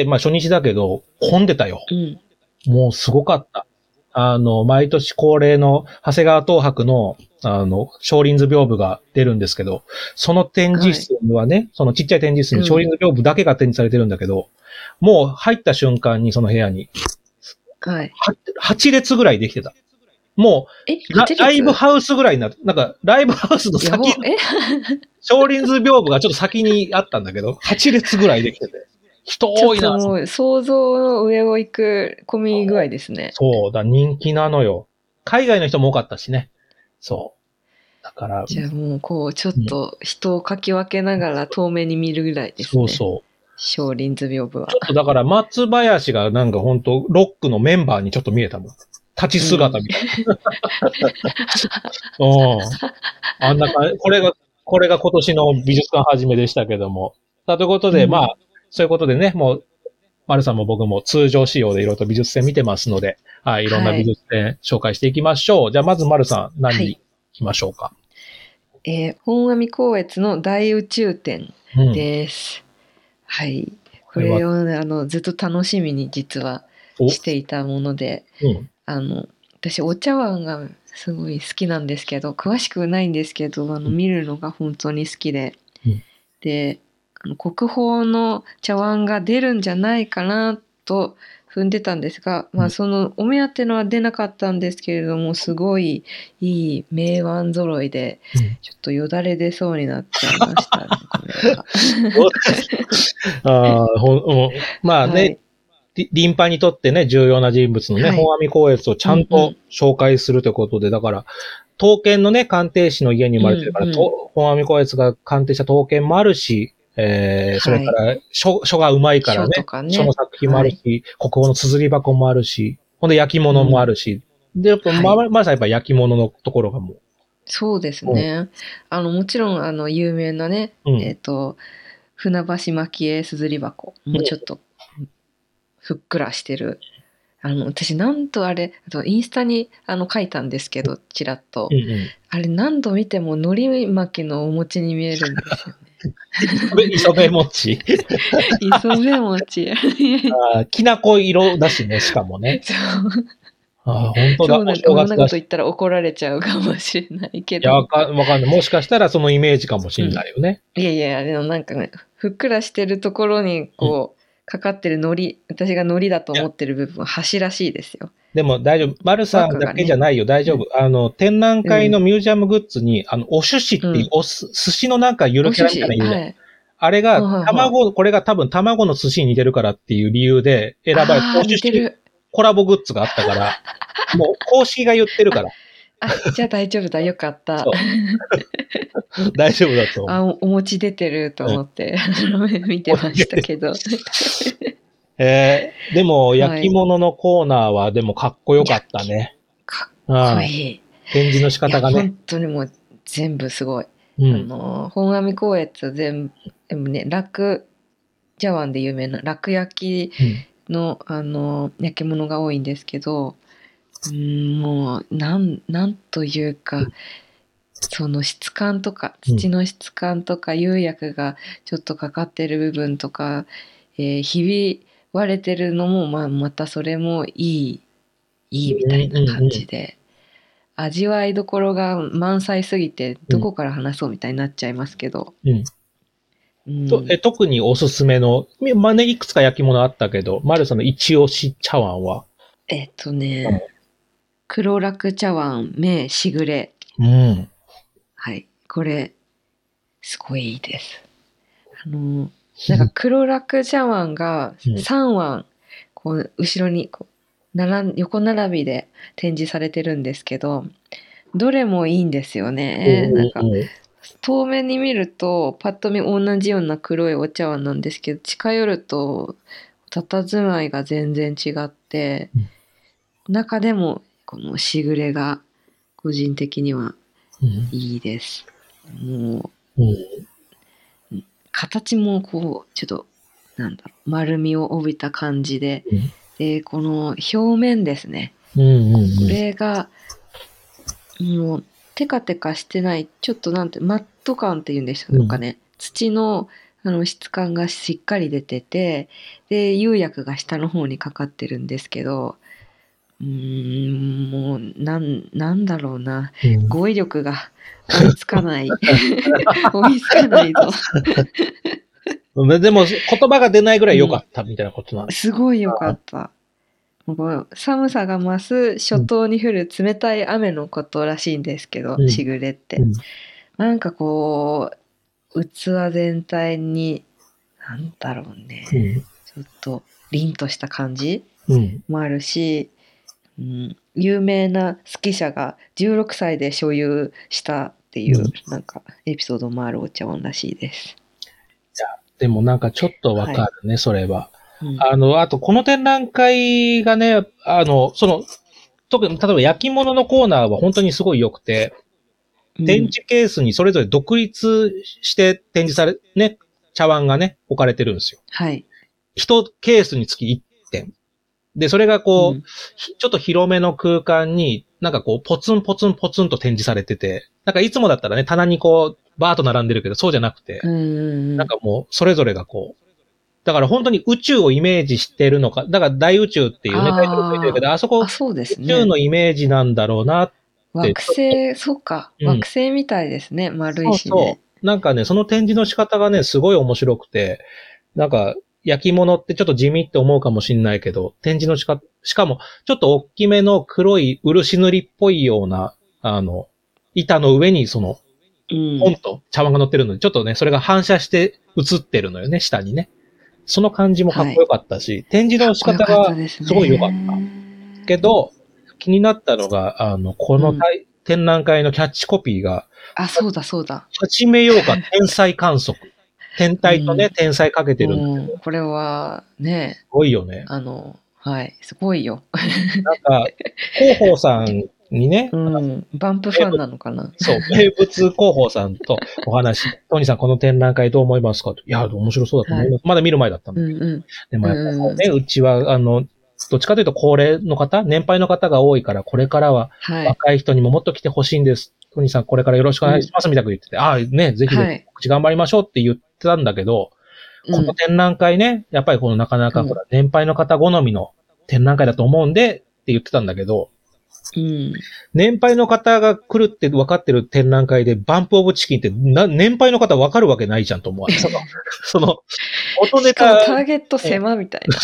まあ初日だけど、混んでたよ。もうすごかった。毎年恒例の長谷川東博の、少林図屏風が出るんですけど、その展示室はね、そのちっちゃい展示室に少林図屏風だけが展示されてるんだけど、もう入った瞬間にその部屋に、8列ぐらいできてた。もう、ライブハウスぐらいになって、なんか、ライブハウスの先に、少林図屏風がちょっと先にあったんだけど、8列ぐらいできてて。人多いな。 もう想像の上を行く混み具合ですね。 そうだ、人気なのよ。海外の人も多かったしね。そう。だから。 じゃあもうこう、ちょっと人をかき分けながら遠目に見るぐらいですね。 そう。 少林図屏風は。 ちょっとだから松林がなんか本当ロックのメンバーにちょっと見えたもん。立ち姿みたいな。あんな感じ。これが今年の美術館始めでしたけども。ということで、まあ、そういうことでね、もう、丸さんも僕も通常仕様でいろいろと美術展見てますので、はい、いろんな美術展紹介していきましょう。じゃあまず丸さん、何に行きましょうか。 本阿弥光悦の大宇宙展です。はい。これをね、ずっと楽しみに実はしていたもので、私お茶碗がすごい好きなんですけど、詳しくないんですけど、見るのが本当に好きで、で、国宝の茶碗が出るんじゃないかなっと踏んでたんですが、まあそのお目当てのは出なかったんですけれども、すごいいい名腕揃いで、ちょっとよだれ出そうになっちゃいましたね、これは。 まあね、はい、リンパにとってね、重要な人物のね、はい、本阿弥光悦をちゃんと紹介するということで、だから、刀剣のね、鑑定士の家に生まれてるから、本阿弥光悦が鑑定した刀剣もあるし、それから書がうまいからね、書の作品もあるし、国宝の綴り箱もあるし、ほんで焼き物もあるし、で、やっぱ、マルさんやっぱ焼き物のところがもう。 そうですね。もちろん、有名なね、船橋蒔絵綴り箱、もうちょっと、ふっくらしてる。私なんとあれ、インスタに書いたんですけど、ちらっと。あれ何度見ても海苔巻きのお餅に見えるんですよね。 磯辺餅磯辺餅。 きなこ色だしね、しかもね。 そう。 本当だ。 そうなんです。こんなこと言ったら怒られちゃうかもしれないけど。 いや、わかんない。もしかしたらそのイメージかもしれないよね。 いや、でもなんかね、ふっくらしてるところに、かかってる私が海苔だと思ってる部分は端らしいですよ。 でも大丈夫。丸さんだけじゃないよ。大丈夫。展覧会のミュージアムグッズに、お寿司っていう、寿司のなんかゆるキャラみたいなのいるじゃん。あれが、これが多分卵の寿司に似てるからっていう理由で選ばれたお寿司コラボグッズがあったから、もう公式が言ってるから。 じゃあ大丈夫だ。よかった。 大丈夫だと思う。 お餅出てると思って、見てましたけど。 でも、焼き物のコーナーはでもかっこよかったね。 かっこいい。 展示の仕方がね。 本当にもう全部すごい。本阿弥光悦全部ね、楽茶碗で有名な楽焼きの、焼き物が多いんですけど、もうなんというか、その質感とか土の質感とか釉薬がちょっとかかってる部分とか、ひび割れてるのもまたそれもいいみたいな感じで、味わいどころが満載すぎてどこから話そうみたいになっちゃいますけど、 特におすすめのいくつか焼き物あったけど、丸さんの一押し茶碗は黒楽茶碗名しぐれ。はい。これ、すごいいいです。なんか黒楽茶碗が3碗、後ろに横並びで展示されてるんですけど、どれもいいんですよね。なんか、遠目に見ると、パッと見同じような黒いお茶碗なんですけど、近寄ると、佇まいが全然違って、中でも、このしぐれが、個人的にはいいです。もう、形もちょっと、丸みを帯びた感じで、で、この表面ですね。これが、もう、テカテカしてない、ちょっとマット感っていうんでしょうかね。土の、質感がしっかり出てて、で、釉薬が下の方にかかってるんですけど、もう、なんだろうな。語彙力が追いつかない。追いつかないぞ。 でも、言葉が出ないぐらい良かったみたいなことなんです。 すごい良かった。寒さが増す初冬に降る冷たい雨のことらしいんですけど、しぐれって。なんか器全体に、なんだろうね。ちょっと凛とした感じもあるし、有名なスキ者が16歳で所有したっていうなんかエピソードもあるお茶碗らしいです。 いや、でもなんかちょっとわかるね、それは。あとこの展覧会がね、特に例えば焼き物のコーナーは本当にすごい良くて、展示ケースにそれぞれ独立して展示され、ね、茶碗がね、置かれてるんですよ。 はい。 一ケースにつき1点。で、それがちょっと広めの空間に、なんかポツンポツンポツンと展示されてて、なんかいつもだったらね、棚にバーッと並んでるけど、そうじゃなくて、なんかもう、それぞれがだから本当に宇宙をイメージしてるのか、だから大宇宙っていうね、タイトルついてるけど、あそこ、 そうですね、 宇宙のイメージなんだろうなって。 惑星、そうか、惑星みたいですね、丸いしね。 そう。なんかね、その展示の仕方がね、すごい面白くて、なんか、 焼き物ってちょっと地味って思うかもしれないけど、展示のしかも、ちょっと大きめの黒い漆塗りっぽいような、板の上にポンと茶碗が乗ってるので、ちょっとね、それが反射して映ってるのよね、下にね。その感じもかっこよかったし、展示の仕方がすごい良かった。けど、気になったのが、この展覧会のキャッチコピーが、 そうだそうだ。 始めようか天才観測。天体とね、天才かけてるんだけど。 これはね、 すごいよね。 はい、すごいよ。 なんか、広報さんにね、 バンプファンなのかな。 そう、名物広報さんとお話、トニーさんこの展覧会どう思いますかと。いや、面白そうだと思います。まだ見る前だったんだけど。でもやっぱね、うちは、どっちかというと高齢の方、年配の方が多いから、これからは若い人にももっと来てほしいんです。トニーさんこれからよろしくお願いします、みたいなこと言ってて、ね、ぜひ口頑張りましょうって言ってたんだけど、この展覧会ね、やっぱりなかなかほら、年配の方好みの展覧会だと思うんでって言ってたんだけど、年配の方が来るって分かってる展覧会でバンプオブチキンって年配の方分かるわけないじゃんと思う。 音ネタ。ターゲット狭みたいな。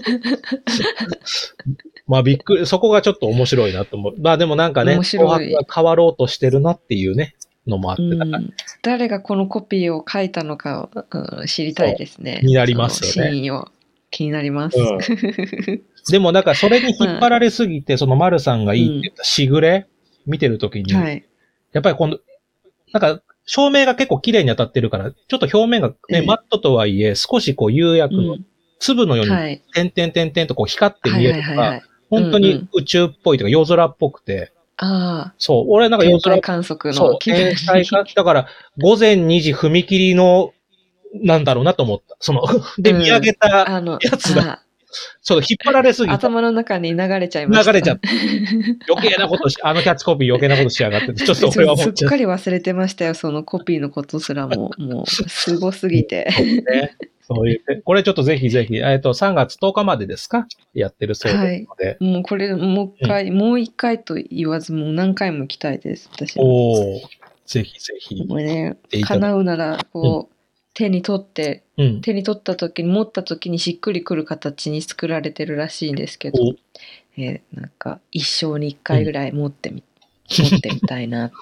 まあびっくり、そこがちょっと面白いなと思う。まあでもなんかね、 面白い。 変わろうとしてるなっていうね、のもあってたから。 誰がこのコピーを書いたのかを、知りたいですね。 気になりますよね。 真意を気になります。 でもなんかそれに引っ張られすぎて、丸さんがいいって言ったしぐれ見てるときに、やっぱりなんか照明が結構綺麗に当たってるから、ちょっと表面がね、マットとはいえ少し釉薬の粒のように点々と光って見えるのが、本当に宇宙っぽいというか夜空っぽくて、そう、俺なんか夜空観測のそう、天体観測だから午前2時踏切のなんだろうなと思った。で、見上げたやつが、ちょっと引っ張られすぎて。 頭の中に流れちゃいました。 流れちゃった。余計なことキャッチコピー余計なことしやがって、ちょっと俺は思っちゃった。 すっかり忘れてましたよ、そのコピーのことすらも。もう、すごすぎて。 そういう、これちょっとぜひぜひ、3月10日までですかやってるそうですので。 もうこれ、もう一回と言わず、もう何回も行きたいです、私は。 ぜひぜひ。 もうね、叶うなら、手に取った時に、持った時にしっくりくる形に作られてるらしいんですけど、なんか一生に一回ぐらい持ってみたいなって。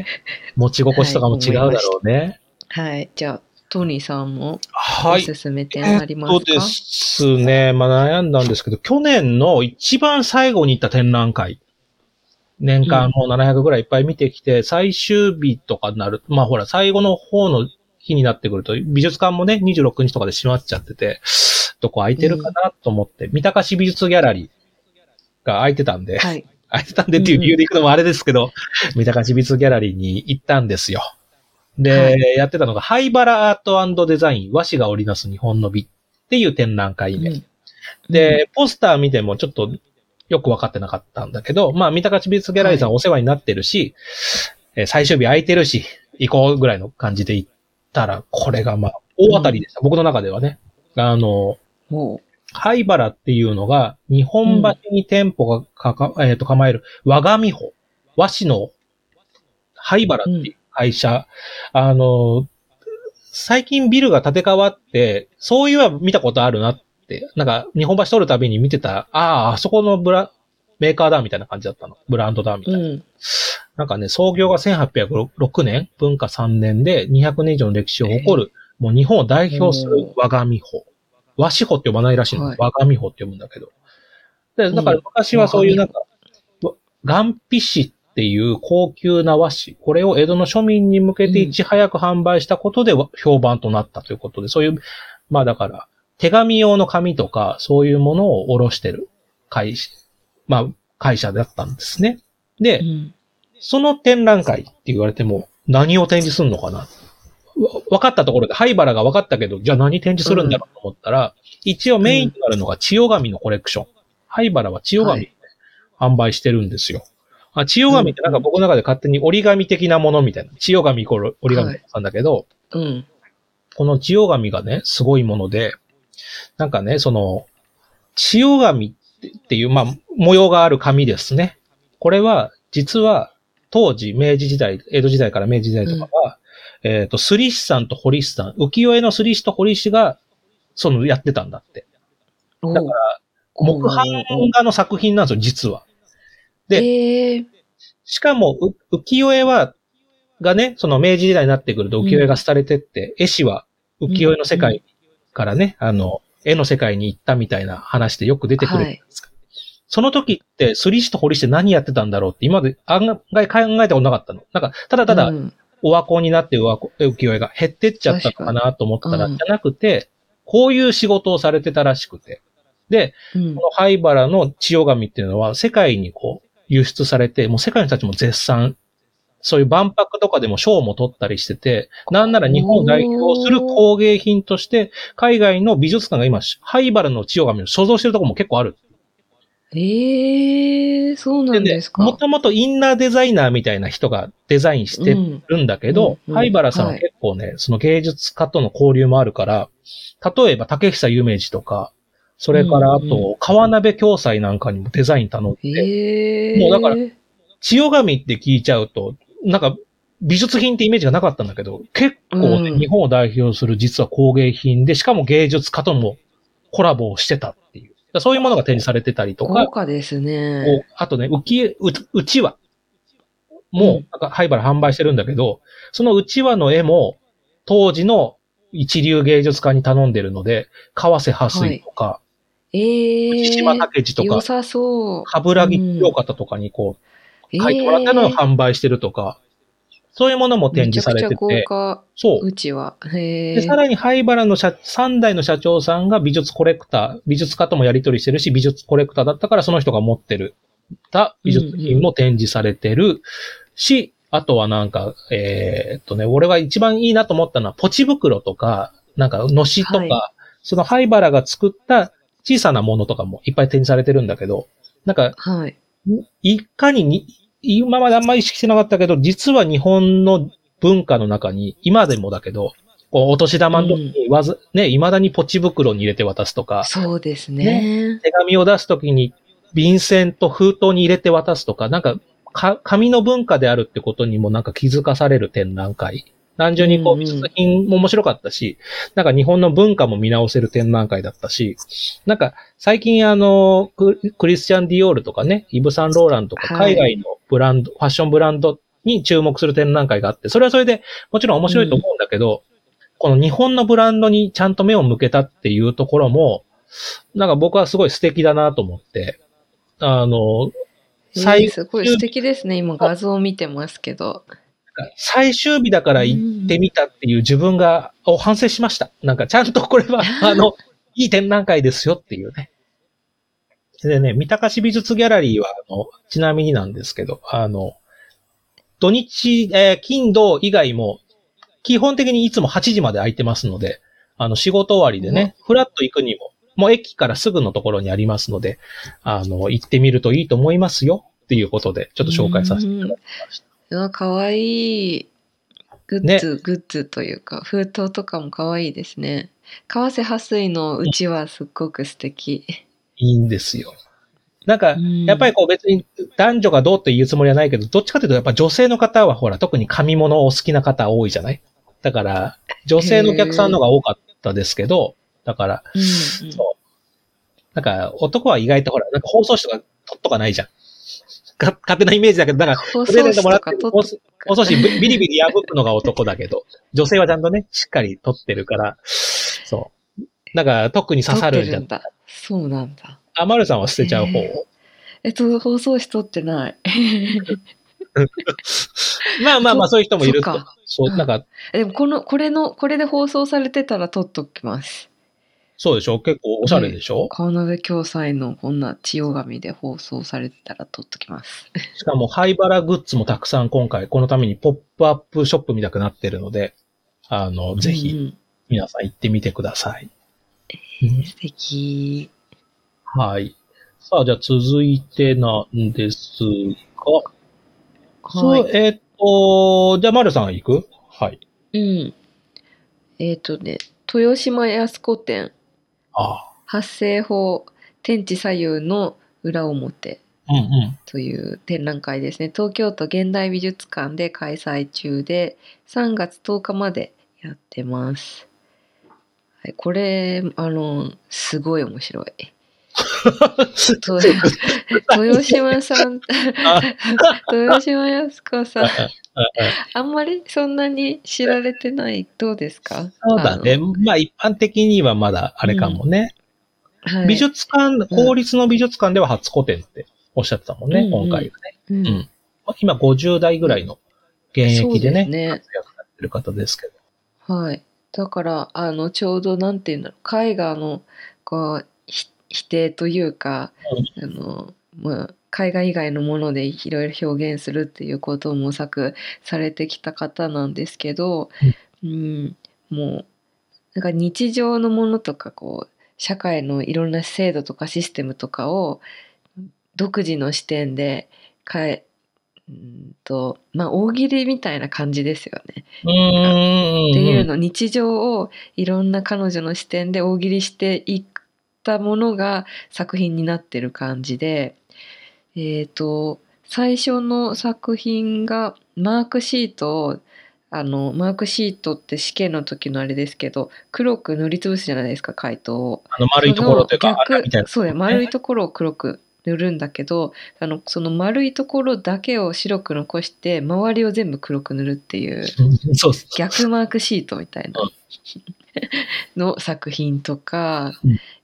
持ち心地とかも違うだろうね。 はい。じゃあ、トニーさんもおすすめ点ありますか？ そうですね。まあ悩んだんですけど、去年の一番最後に行った展覧会。年間もう700ぐらいいっぱい見てきて、最終日とかになる。まあほら、最後の方の日になってくると、美術館もね、26日とかで閉まっちゃってて、どこ空いてるかなと思って、三鷹市美術ギャラリーが空いてたんで、空いてたんでっていう理由で行くのもあれですけど、三鷹市美術ギャラリーに行ったんですよ。で、やってたのが、灰原アート&デザイン、和紙が織りなす日本の美っていう展覧会で。で、ポスター見てもちょっとよくわかってなかったんだけど、まあ、三鷹市美術ギャラリーさんお世話になってるし、最終日空いてるし、行こうぐらいの感じで行ったら、これがまあ、大当たりでした。僕の中ではね。灰原っていうのが、日本橋に店舗が構える和紙舗。和紙の灰原っていう会社。最近ビルが建て替わって、そういうは見たことあるなって、なんか日本橋通るたびに見てた、あそこのメーカーだみたいな感じだったの。ブランドだみたいな。なんかね、創業が1806年、文化3年で200年以上の歴史を誇る、もう日本を代表する和紙舗。和紙舗って呼ばないらしいの。和紙舗って呼ぶんだけど。で、だから昔はそういうなんか、岩皮紙っていう高級な和紙。これを江戸の庶民に向けていち早く販売したことで評判となったということで、そういう、まあだから、手紙用の紙とか、そういうものを卸してる会社だったんですね。で、その展覧会って言われても、何を展示するのかな。分かったところで、灰原が分かったけど、じゃあ何展示するんだろうと思ったら、一応メインになるのが千代紙のコレクション。灰原は千代紙で販売してるんですよ。千代紙ってなんか僕の中で勝手に折り紙的なものみたいな。千代紙イコール折り紙なんだけど、この千代紙がね、すごいもので、なんかね、千代紙っていう、まあ、模様がある紙ですね。これは、実は、当時、明治時代、江戸時代から明治時代とかは、摺師さんと彫師さん、浮世絵の摺師と彫師がやってたんだって。だから、木版画の作品なんですよ、実は。で、しかも、浮世絵がね、その明治時代になってくると浮世絵が廃れてって、絵師は浮世絵の世界からね、絵の世界に行ったみたいな話でよく出てくるじゃないですか。その時って、すり師と彫り師って何やってたんだろうって今まで案外考えたことなかったの。なんか、ただただ、オワコンになって浮世絵が減ってっちゃったのかなと思ったら、じゃなくて、こういう仕事をされてたらしくて。で、この灰原の千代紙っていうのは世界に輸出されて、もう世界の人たちも絶賛、そういう万博とかでも賞も取ったりしてて、なんなら日本を代表する工芸品として、海外の美術館が今、灰原の千代紙を所蔵してるところも結構ある。 そうなんですか。 もともとインナーデザイナーみたいな人がデザインしてるんだけど、灰原さんは結構ね、その芸術家との交流もあるから、例えば竹久夢二とか、それからあと、川鍋共済なんかにもデザイン頼んで、もうだから、千代紙って聞いちゃうと、なんか美術品ってイメージがなかったんだけど、結構ね、日本を代表する実は工芸品で、しかも芸術家ともコラボをしてたっていう。そういうものが展示されてたりとか。 豪華ですね。 あとね、うちわも、なんか灰原販売してるんだけど、そのうちわの絵も、当時の一流芸術家に頼んでるので、川瀬波水とか、藤島武二とか、 良さそう。 冠城清方とかに書いてもらったのを販売してるとか、そういうものも展示されてて。 めちゃくちゃ豪華。そう。うちは。 で、さらに灰原の3代の社長さんが美術コレクター、美術家ともやり取りしてるし、美術コレクターだったからその人が持ってる美術品も展示されてるし、あとはなんか、俺が一番いいなと思ったのは、ポチ袋とか、なんか、のしとか、その灰原が作った小さなものとかもいっぱい展示されてるんだけど、なんか、いかに今まであんまり意識してなかったけど、実は日本の文化の中に、今でもだけど、お年玉の時にね、未だにポチ袋に入れて渡すとか、 そうですね。 手紙を出すときに、便箋と封筒に入れて渡すとか、なんか、紙の文化であるってことにもなんか気づかされる展覧会。単純に美術品も面白かったし、なんか日本の文化も見直せる展覧会だったし、なんか最近クリスチャン・ディオールとかね、イヴ・サン・ローランとか海外のブランド、ファッションブランドに注目する展覧会があって、それはそれでもちろん面白いと思うんだけど、この日本のブランドにちゃんと目を向けたっていうところも、なんか僕はすごい素敵だなと思って、 すごい素敵ですね。今画像を見てますけど。 最終日だから行ってみたっていう自分を反省しました。なんかちゃんとこれは、いい展覧会ですよっていうね。でね、三鷹市美術ギャラリーは、ちなみになんですけど、土日、金土以外も、基本的にいつも8時まで空いてますので、仕事終わりでね、フラッと行くにも、もう駅からすぐのところにありますので、行ってみるといいと思いますよっていうことで、ちょっと紹介させていただきました。 かわいい。グッズというか、封筒とかもかわいいですね。川瀬波水のうちはすっごく素敵。 いいんですよ。なんか、やっぱり別に男女がどうって言うつもりはないけど、どっちかというとやっぱ女性の方はほら、特に紙物お好きな方多いじゃない？だから、女性のお客さんの方が多かったですけど、だから、そう。なんか、男は意外とほら、なんか放送紙とか取っとかないじゃん。勝手なイメージだけど、だから、プレゼントもらって放送紙ビリビリ破くのが男だけど、女性はちゃんとね、しっかり取ってるから、そう。だから、特に刺さるんじゃん。 そうなんだ。 丸さんは捨てちゃう方？ 放送紙取ってない。 まあ、そういう人もいると。そう、なんか。 でもこれで放送されてたら取っときます。 そうでしょ？結構おしゃれでしょ？ 川鍋共済のこんな千代紙で放送されてたら取っときます。 しかも、灰原グッズもたくさん今回、このためにポップアップショップ見たくなってるので、ぜひ、皆さん行ってみてください。 素敵。 はい。さあ、じゃあ続いてなんですが、はい。じゃあ、丸さん行く？はい。 豊島安子展。発声法、天地左右の裏表。という展覧会ですね。東京都現代美術館で開催中で、3月10日までやってます。 はい、これ、すごい面白い。豊島さん、豊島靖子さん、あんまりそんなに知られてない、どうですか？ そうだね。まあ一般的にはまだあれかもね。はい、美術館、公立の美術館では初個展っておっしゃってたもんね、今回はね。今50代ぐらいの現役でね、活躍されてる方ですけど。はい。だから、ちょうどなんていうんだろう、絵画の、こう、否定というか、絵画以外のものでいろいろ表現するっていうことを模索されてきた方なんですけど、もうなんか日常のものとかこう社会のいろんな制度とかシステムとかを独自の視点で大喜利みたいな感じですよね。っていうの、日常をいろんな彼女の視点で大喜利していったものが作品になってる感じで、最初の作品がマークシートをマークシートって試験の時のあれですけど、黒く塗りつぶすじゃないですか、回答を。 丸いところというか、 そうや、丸いところを黒く塗るんだけど、その丸いところだけを白く残して、周りを全部黒く塗るっていう、逆マークシートみたいなの作品とか、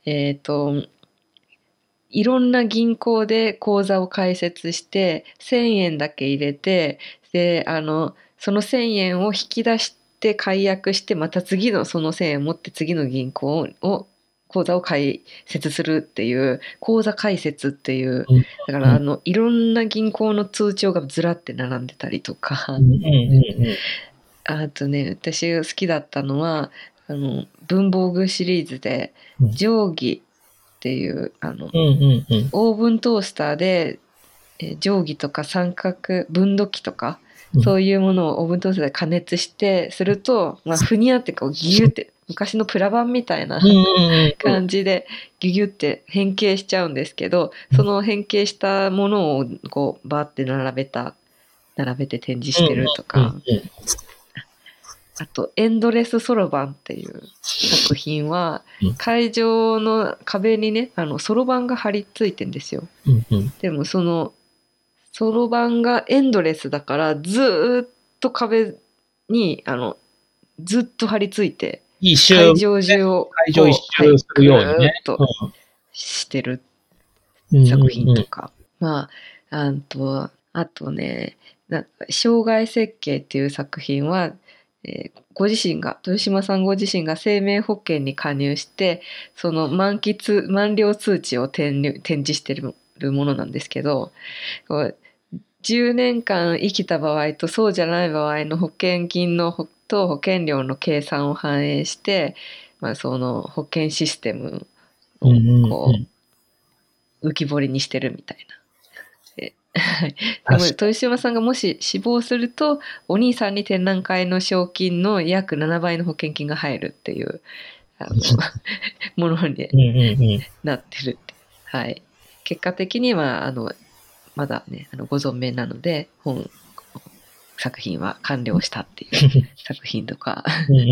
いろんな銀行で口座を開設して、1000円だけ入れて、で、その1000円を引き出して解約して、また次のその1000円を持って次の銀行を口座を開設するっていう口座開設っていう、だからいろんな銀行の通帳がずらって並んでたりとか、あとね、私が好きだったのは文房具シリーズで定規っていうオーブントースターで定規とか三角分度器とかそういうものをオーブントースターで加熱してすると、ふにゃってこうギューって昔のプラ板みたいな感じでギュギュって変形しちゃうんですけど、その変形したものをこうバーって並べて展示してるとか、あとエンドレスそろばんっていう作品は会場の壁にねそろばんが貼り付いてんですよ。でもそのそろばんがエンドレスだからずっと壁にずっと張り付いて会場中を一周するようにね、 としてる作品とか、あとね、生涯設計っていう作品は、ご自身が豊島さんご自身が生命保険に加入してその満了通知を展示してるものなんですけど、10年間生きた場合とそうじゃない場合の保険金と保険料の計算を反映して、その保険システムをこう浮き彫りにしてるみたいな。でも豊島さんがもし死亡するとお兄さんに展覧会の賞金の約7倍の保険金が入るっていうものになってるって。はい、結果的にはまだねご存命なので作品は完了したっていう作品とか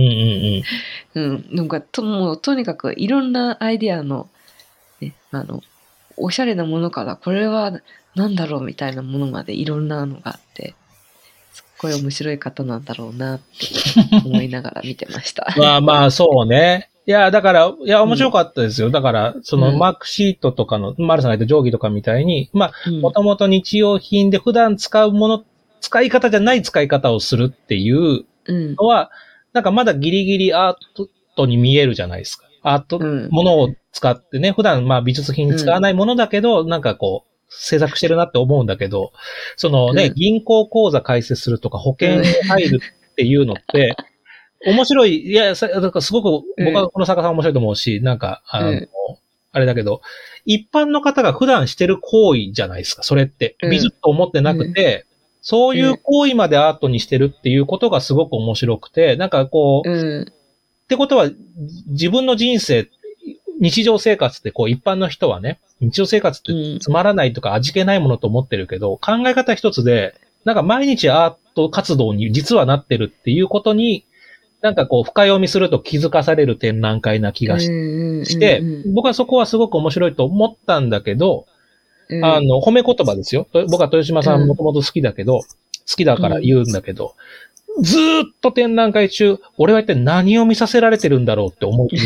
なんかもうとにかくいろんなアイディアの、ね、おしゃれなものからこれはなんだろうみたいなものまでいろんなのがあってすっごい面白い方なんだろうなって思いながら見てました。 まあそうね。いや、だから、面白かったですよ。だから、そのマークシートとかの、丸さんが言った定規とかみたいに、もともと日用品で普段使うもの、使い方じゃない使い方をするっていうのは、なんかまだギリギリアートに見えるじゃないですか。ものを使ってね、普段美術品に使わないものだけど、なんかこう、制作してるなって思うんだけど、そのね、銀行口座開設するとか保険に入るっていうのって、面白い。いや、だからすごく僕はこの作家さん面白いと思うし、なんか、あれだけど、一般の方が普段してる行為じゃないですか、それって。美術と思ってなくて、そういう行為までアートにしてるっていうことがすごく面白くて、なんかこう、ってことは、自分の人生、日常生活ってこう一般の人はね、日常生活ってつまらないとか味気ないものと思ってるけど、考え方一つで、なんか毎日アート活動に実はなってるっていうことに、 なんかこう、深読みすると気づかされる展覧会な気がして、僕はそこはすごく面白いと思ったんだけど、褒め言葉ですよ。僕は豊島さんもともと好きだけど、好きだから言うんだけど、ずーっと展覧会中、俺は一体何を見させられてるんだろうって思う。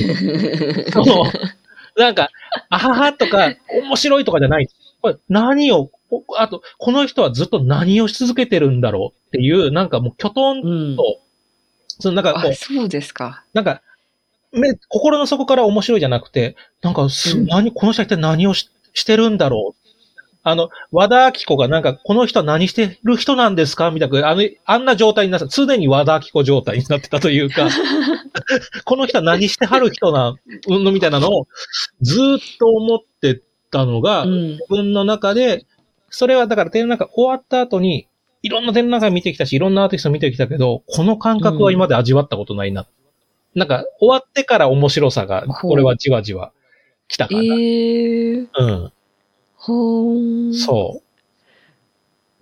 なんか、あははとか、面白いとかじゃない。これ何を、あと、この人はずっと何をし続けてるんだろうっていう、なんかもう、きょとんと、 なんかこう、そうですか。 なんか、心の底から面白いじゃなくて、なんか、この人は一体何をしてるんだろう。和田明子がなんか、この人は何してる人なんですかみたいな、あんな状態になってた。常に和田明子状態になってたというか、この人は何してはる人なのみたいなのをずーっと思ってたのが、自分の中で、それはだから展覧会終わった後に、いろんな展覧会見てきたし、いろんなアーティスト見てきたけど、この感覚は今まで味わったことないな。なんか、終わってから面白さが、これはじわじわ来たかな。うん。そう。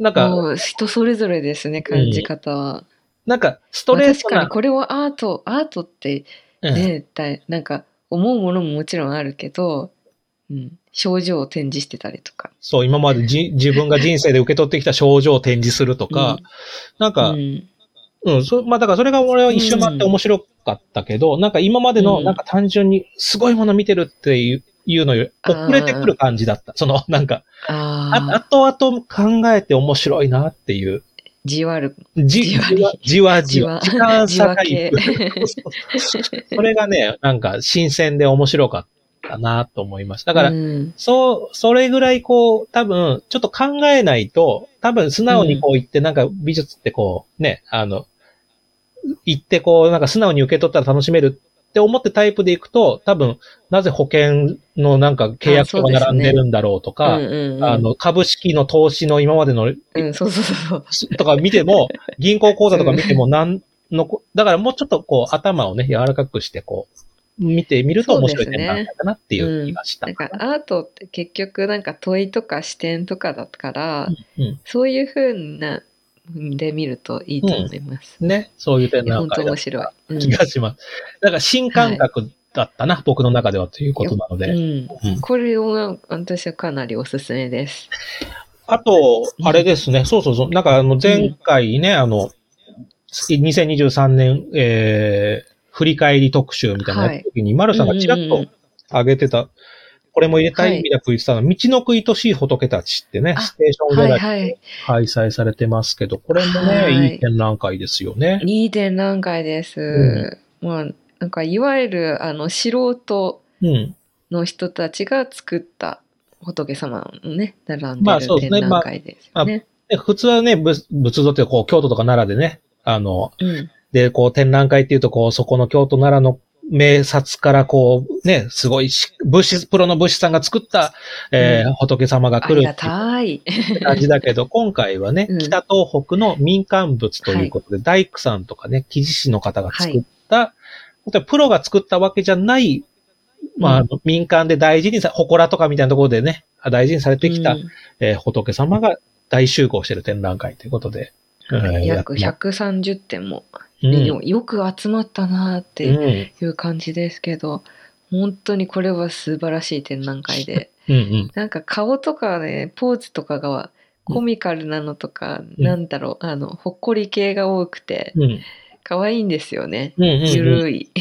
なんか、 人それぞれですね、感じ方は。 なんか、ストレートな。 確かにこれはアートってね、なんか思うものももちろんあるけど、症状を展示してたりとか。 そう、今まで自分が人生で受け取ってきた症状を展示するとか、なんか、まあだからそれが俺は一緒になって面白かったけど、なんか今までのなんか単純にすごいもの見てるっていうのより遅れてくる感じだった。なんか、後々考えて面白いなっていう。 じわる。 じわ。時間差がいく。それがね、なんか新鮮で面白かったなと思います。だから、それぐらいこう、多分、ちょっと考えないと、多分素直にこう言って、なんか美術ってこう、ね、言ってこう、なんか素直に受け取ったら楽しめるって思ってタイプでいくと、多分、なぜ保険のなんか契約書が並んでるんだろうとか、株式の投資の今までの、とか見ても、銀行口座とか見ても、だからもうちょっとこう、頭をね、柔らかくしてこう、見てみると面白い点なんだなっていう気がした。 なんかアートって結局なんか問いとか視点とかだから、そういう風なで見るといいと思います。 ね。そういう点なんか本当面白い。 気がします。だから新感覚だったな、僕の中ではということなので。 これを私はかなりおすすめです。 あと、あれですね。そう。なんか前回ね、2023年、振り返り特集みたいなやつ時に、丸さんがちらっと上げてた、これも入れたいみたいな言ってたの、道の食いとしい仏たちってね、ステーションギャラリーで開催されてますけど、これもね、いい展覧会ですよね。 いい展覧会です。まあ、なんかいわゆる素人の人たちが作った仏様のね、並んでる展覧会ですよね。 普通はね、仏像ってこう京都とか奈良でね、で、こう展覧会っていうと、こう、そこの京都奈良の名刹からこう、ね、すごいプロの仏師さんが作った、仏様が来るっていう感じだけど、今回はね、北東北の民間仏ということで、大工さんとかね、木地師の方が作った、プロが作ったわけじゃない、まあ、民間で大事に祠とかみたいなところでね、大事にされてきた、仏様が大集合している展覧会ということで。 約130点も。でもよく集まったなっていう感じですけど、本当にこれは素晴らしい展覧会で、なんか顔とかね、ポーズとかがコミカルなのとか、なんだろう、ほっこり系が多くて、可愛いんですよね。ゆるい。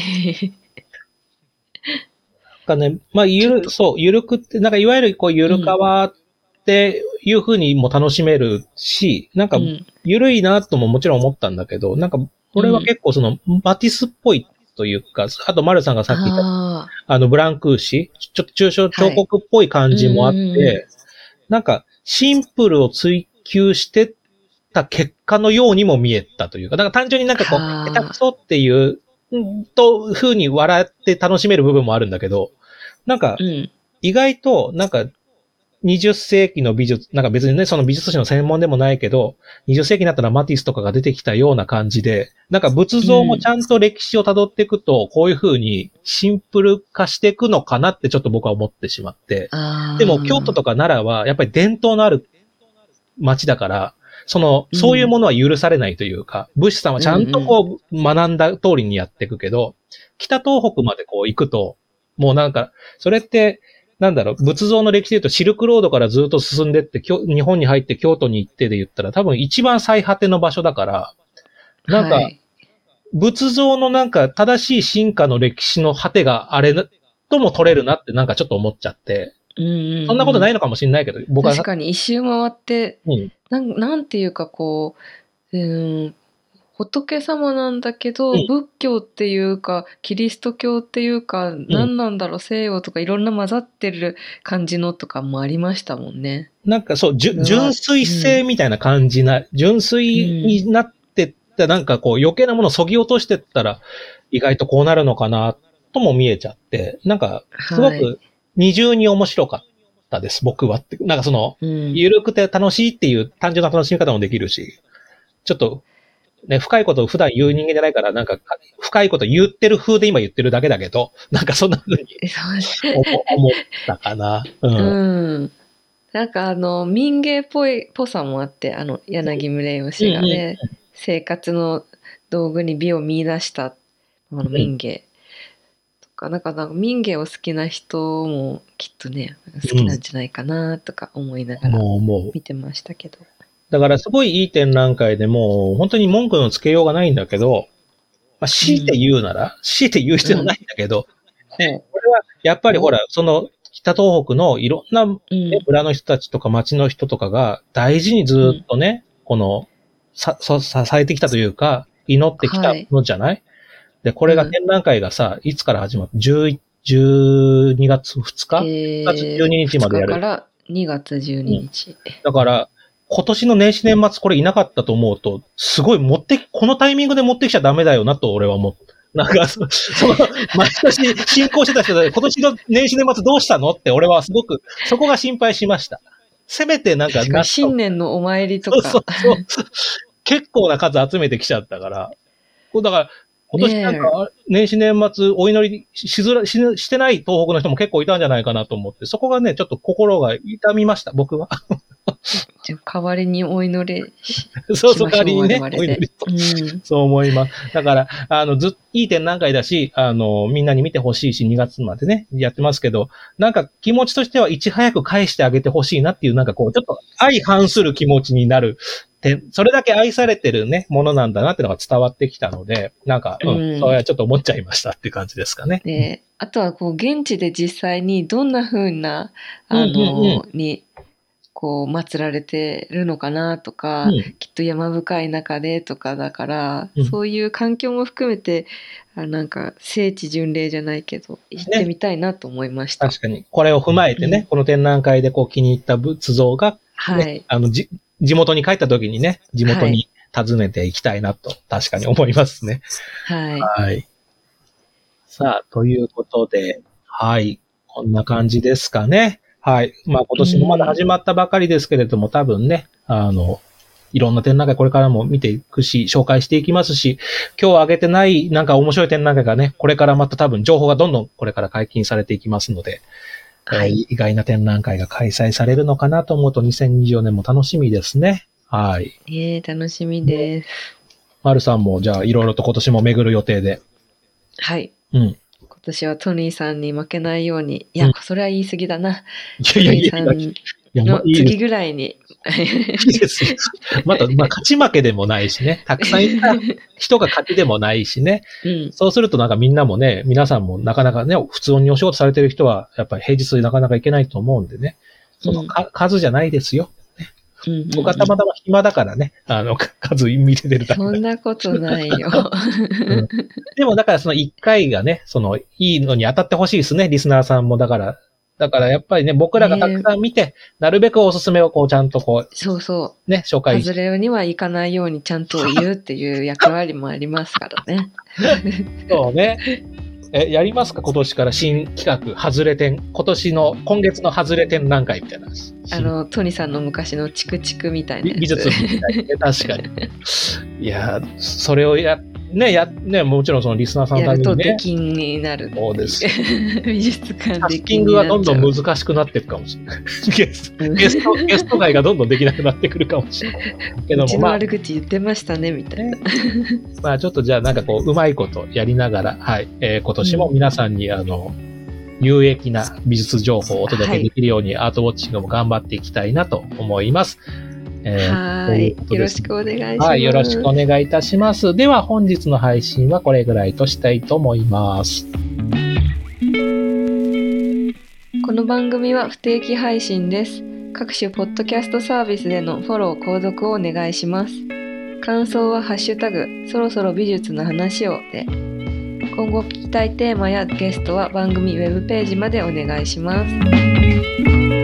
なんかね、まあ、ゆるくって、なんかいわゆるこう、ゆるかわっていう風にも楽しめるし、なんか、ゆるいなとももちろん思ったんだけど、なんか、これは結構マティスっぽいというか、あと、丸さんがさっき言った、ブランクーシ、ちょっと抽象彫刻っぽい感じもあって、なんか、シンプルを追求してた結果のようにも見えたというか、だから単純になんかこう、下手くそっていう、風に笑って楽しめる部分もあるんだけど、なんか、意外と、なんか、20世紀の美術、なんか別にね、その美術史の専門でもないけど、20世紀になったらマティスとかが出てきたような感じで、なんか仏像もちゃんと歴史を辿っていくと、こういう風にシンプル化していくのかなってちょっと僕は思ってしまって。でも京都とか奈良はやっぱり伝統のある街だから、 そういうものは許されないというか、武士さんはちゃんとこう学んだ通りにやっていくけど、北東北までこう行くと、もうなんか、それって、なんだろう、仏像の歴史で言うとシルクロードからずっと進んでって、日本に入って京都に行ってで言ったら多分一番最果ての場所だから、なんか、仏像のなんか正しい進化の歴史の果てがあれとも取れるなってなんかちょっと思っちゃって、そんなことないのかもしれないけど、 僕は。確かに一周回って、なんていうかこう、仏様なんだけど、仏教っていうか、キリスト教っていうか、何なんだろう、西洋とかいろんな混ざってる感じのとかもありましたもんね。 なんかそう、純粋性みたいな感じな、純粋になってった、なんかこう余計なものを削ぎ落としてったら、意外とこうなるのかな、とも見えちゃって、なんか、すごく二重に面白かったです、僕はって。なんかゆるくて楽しいっていう単純な楽しみ方もできるし、ちょっと、ね、深いことを普段言う人間じゃないから、なんか、深いこと言ってる風で今言ってるだけだけど、なんかそんな風に思ったかな。 なんか民芸っぽさもあって、柳宗悦がね、生活の道具に美を見出した民芸とか、なんか民芸を好きな人もきっとね、好きなんじゃないかなとか思いながら見てましたけど。 だからすごいいい展覧会でもう本当に文句のつけようがないんだけど、まあ、強いて言うなら、強いて言う必要ないんだけど、これはやっぱりほら、北東北のいろんな、村の人たちとか町の人とかが大事にずっとね、支えてきたというか、祈ってきたのじゃない？で、これが展覧会がさ、いつから始まった？ 12月2日、?2 月12日までやる。 2日から2月12日。 だから、今年の年始年末これいなかったと思うと、すごいこのタイミングで持ってきちゃダメだよなと俺は思った。なんか、毎年進行してた人で、今年の年始年末どうしたのって俺はすごく、そこが心配しました。せめてなんか、 新年のお参りとか。 そう結構な数集めてきちゃったから。だから、今年なんか、年始年末お祈りしてない東北の人も結構いたんじゃないかなと思って、そこがね、ちょっと心が痛みました、僕は。 代わりにお祈りそう、代わりにね、お祈りそう思います。だから、いい展覧会だし、みんなに見てほしいし、2月までね、やってますけど、なんか気持ちとしてはいち早く返してあげてほしいなっていう、なんかこう、ちょっと相反する気持ちになる。それだけ愛されてるね、ものなんだなっていうのが伝わってきたので、なんか、それはちょっと思っちゃいましたっていう感じですかね。 で、あとはこう、現地で実際にどんな風な、に、こう、祀られてるのかなとか、きっと山深い中でとかだから、そういう環境も含めて、なんか、聖地巡礼じゃないけど、行ってみたいなと思いました。 確かに。これを踏まえてね、この展覧会でこう気に入った仏像が、ね、地元に帰った時にね、地元に訪ねていきたいなと、確かに思いますね。 はい。 さあ、ということで、はい。こんな感じですかね。はい。まあ今年もまだ始まったばかりですけれども、多分ね、いろんな展覧会これからも見ていくし、紹介していきますし、今日挙げてないなんか面白い展覧会がね、これからまた多分情報がどんどんこれから解禁されていきますので、意外な展覧会が開催されるのかなと思うと2024年も楽しみですね。はい。 楽しみです。 丸さんもじゃあいろいろと今年も巡る予定で。 はい。今年はトニーさんに負けないように、いや、それは言い過ぎだな。トニーさんの次ぐらいに。 いいですよ。また、勝ち負けでもないしね。たくさんいた人が勝ちでもないしね。そうするとなんかみんなもね、皆さんもなかなかね、普通にお仕事されてる人は、やっぱり平日なかなか行けないと思うんでね。その数じゃないですよ。僕はたまたま暇だからね、数見れてるだけ。 そんなことないよ。 でもだからその1回がね、いいのに当たってほしいですね、リスナーさんも。だからやっぱりね、僕らがたくさん見て、なるべくおすすめをこうちゃんとこう。 そうそう。 ね、紹介して。 外れにはいかないようにちゃんと言うっていう役割もありますからね。 そうね。やりますか今年から新企画、外れ展。今月の外れ展覧会みたいな。 トニさんの昔のチクチクみたいなやつ。 美術みたいなね。確かに。いや、それをやっね、もちろんそのリスナーさんのためにね。 やると出禁になる。 そうです。 美術館でキャスティングがどんどん難しくなっていくかもしれない。ゲスト外がどんどんできなくなってくるかもしれない。 けども、うちの悪口言ってましたね、みたいな。 まあちょっとじゃあなんかこう、うまいことやりながら、はい、今年も皆さんに有益な美術情報をお届けできるように、アートウォッチングも頑張っていきたいなと思います。 はい。よろしくお願いします。 はい、よろしくお願いいたします。では本日の配信はこれぐらいとしたいと思います。 この番組は不定期配信です。各種ポッドキャストサービスでのフォロー、購読をお願いします。感想はハッシュタグ、そろそろ美術の話をで。今後聞きたいテーマやゲストは番組ウェブページまでお願いします。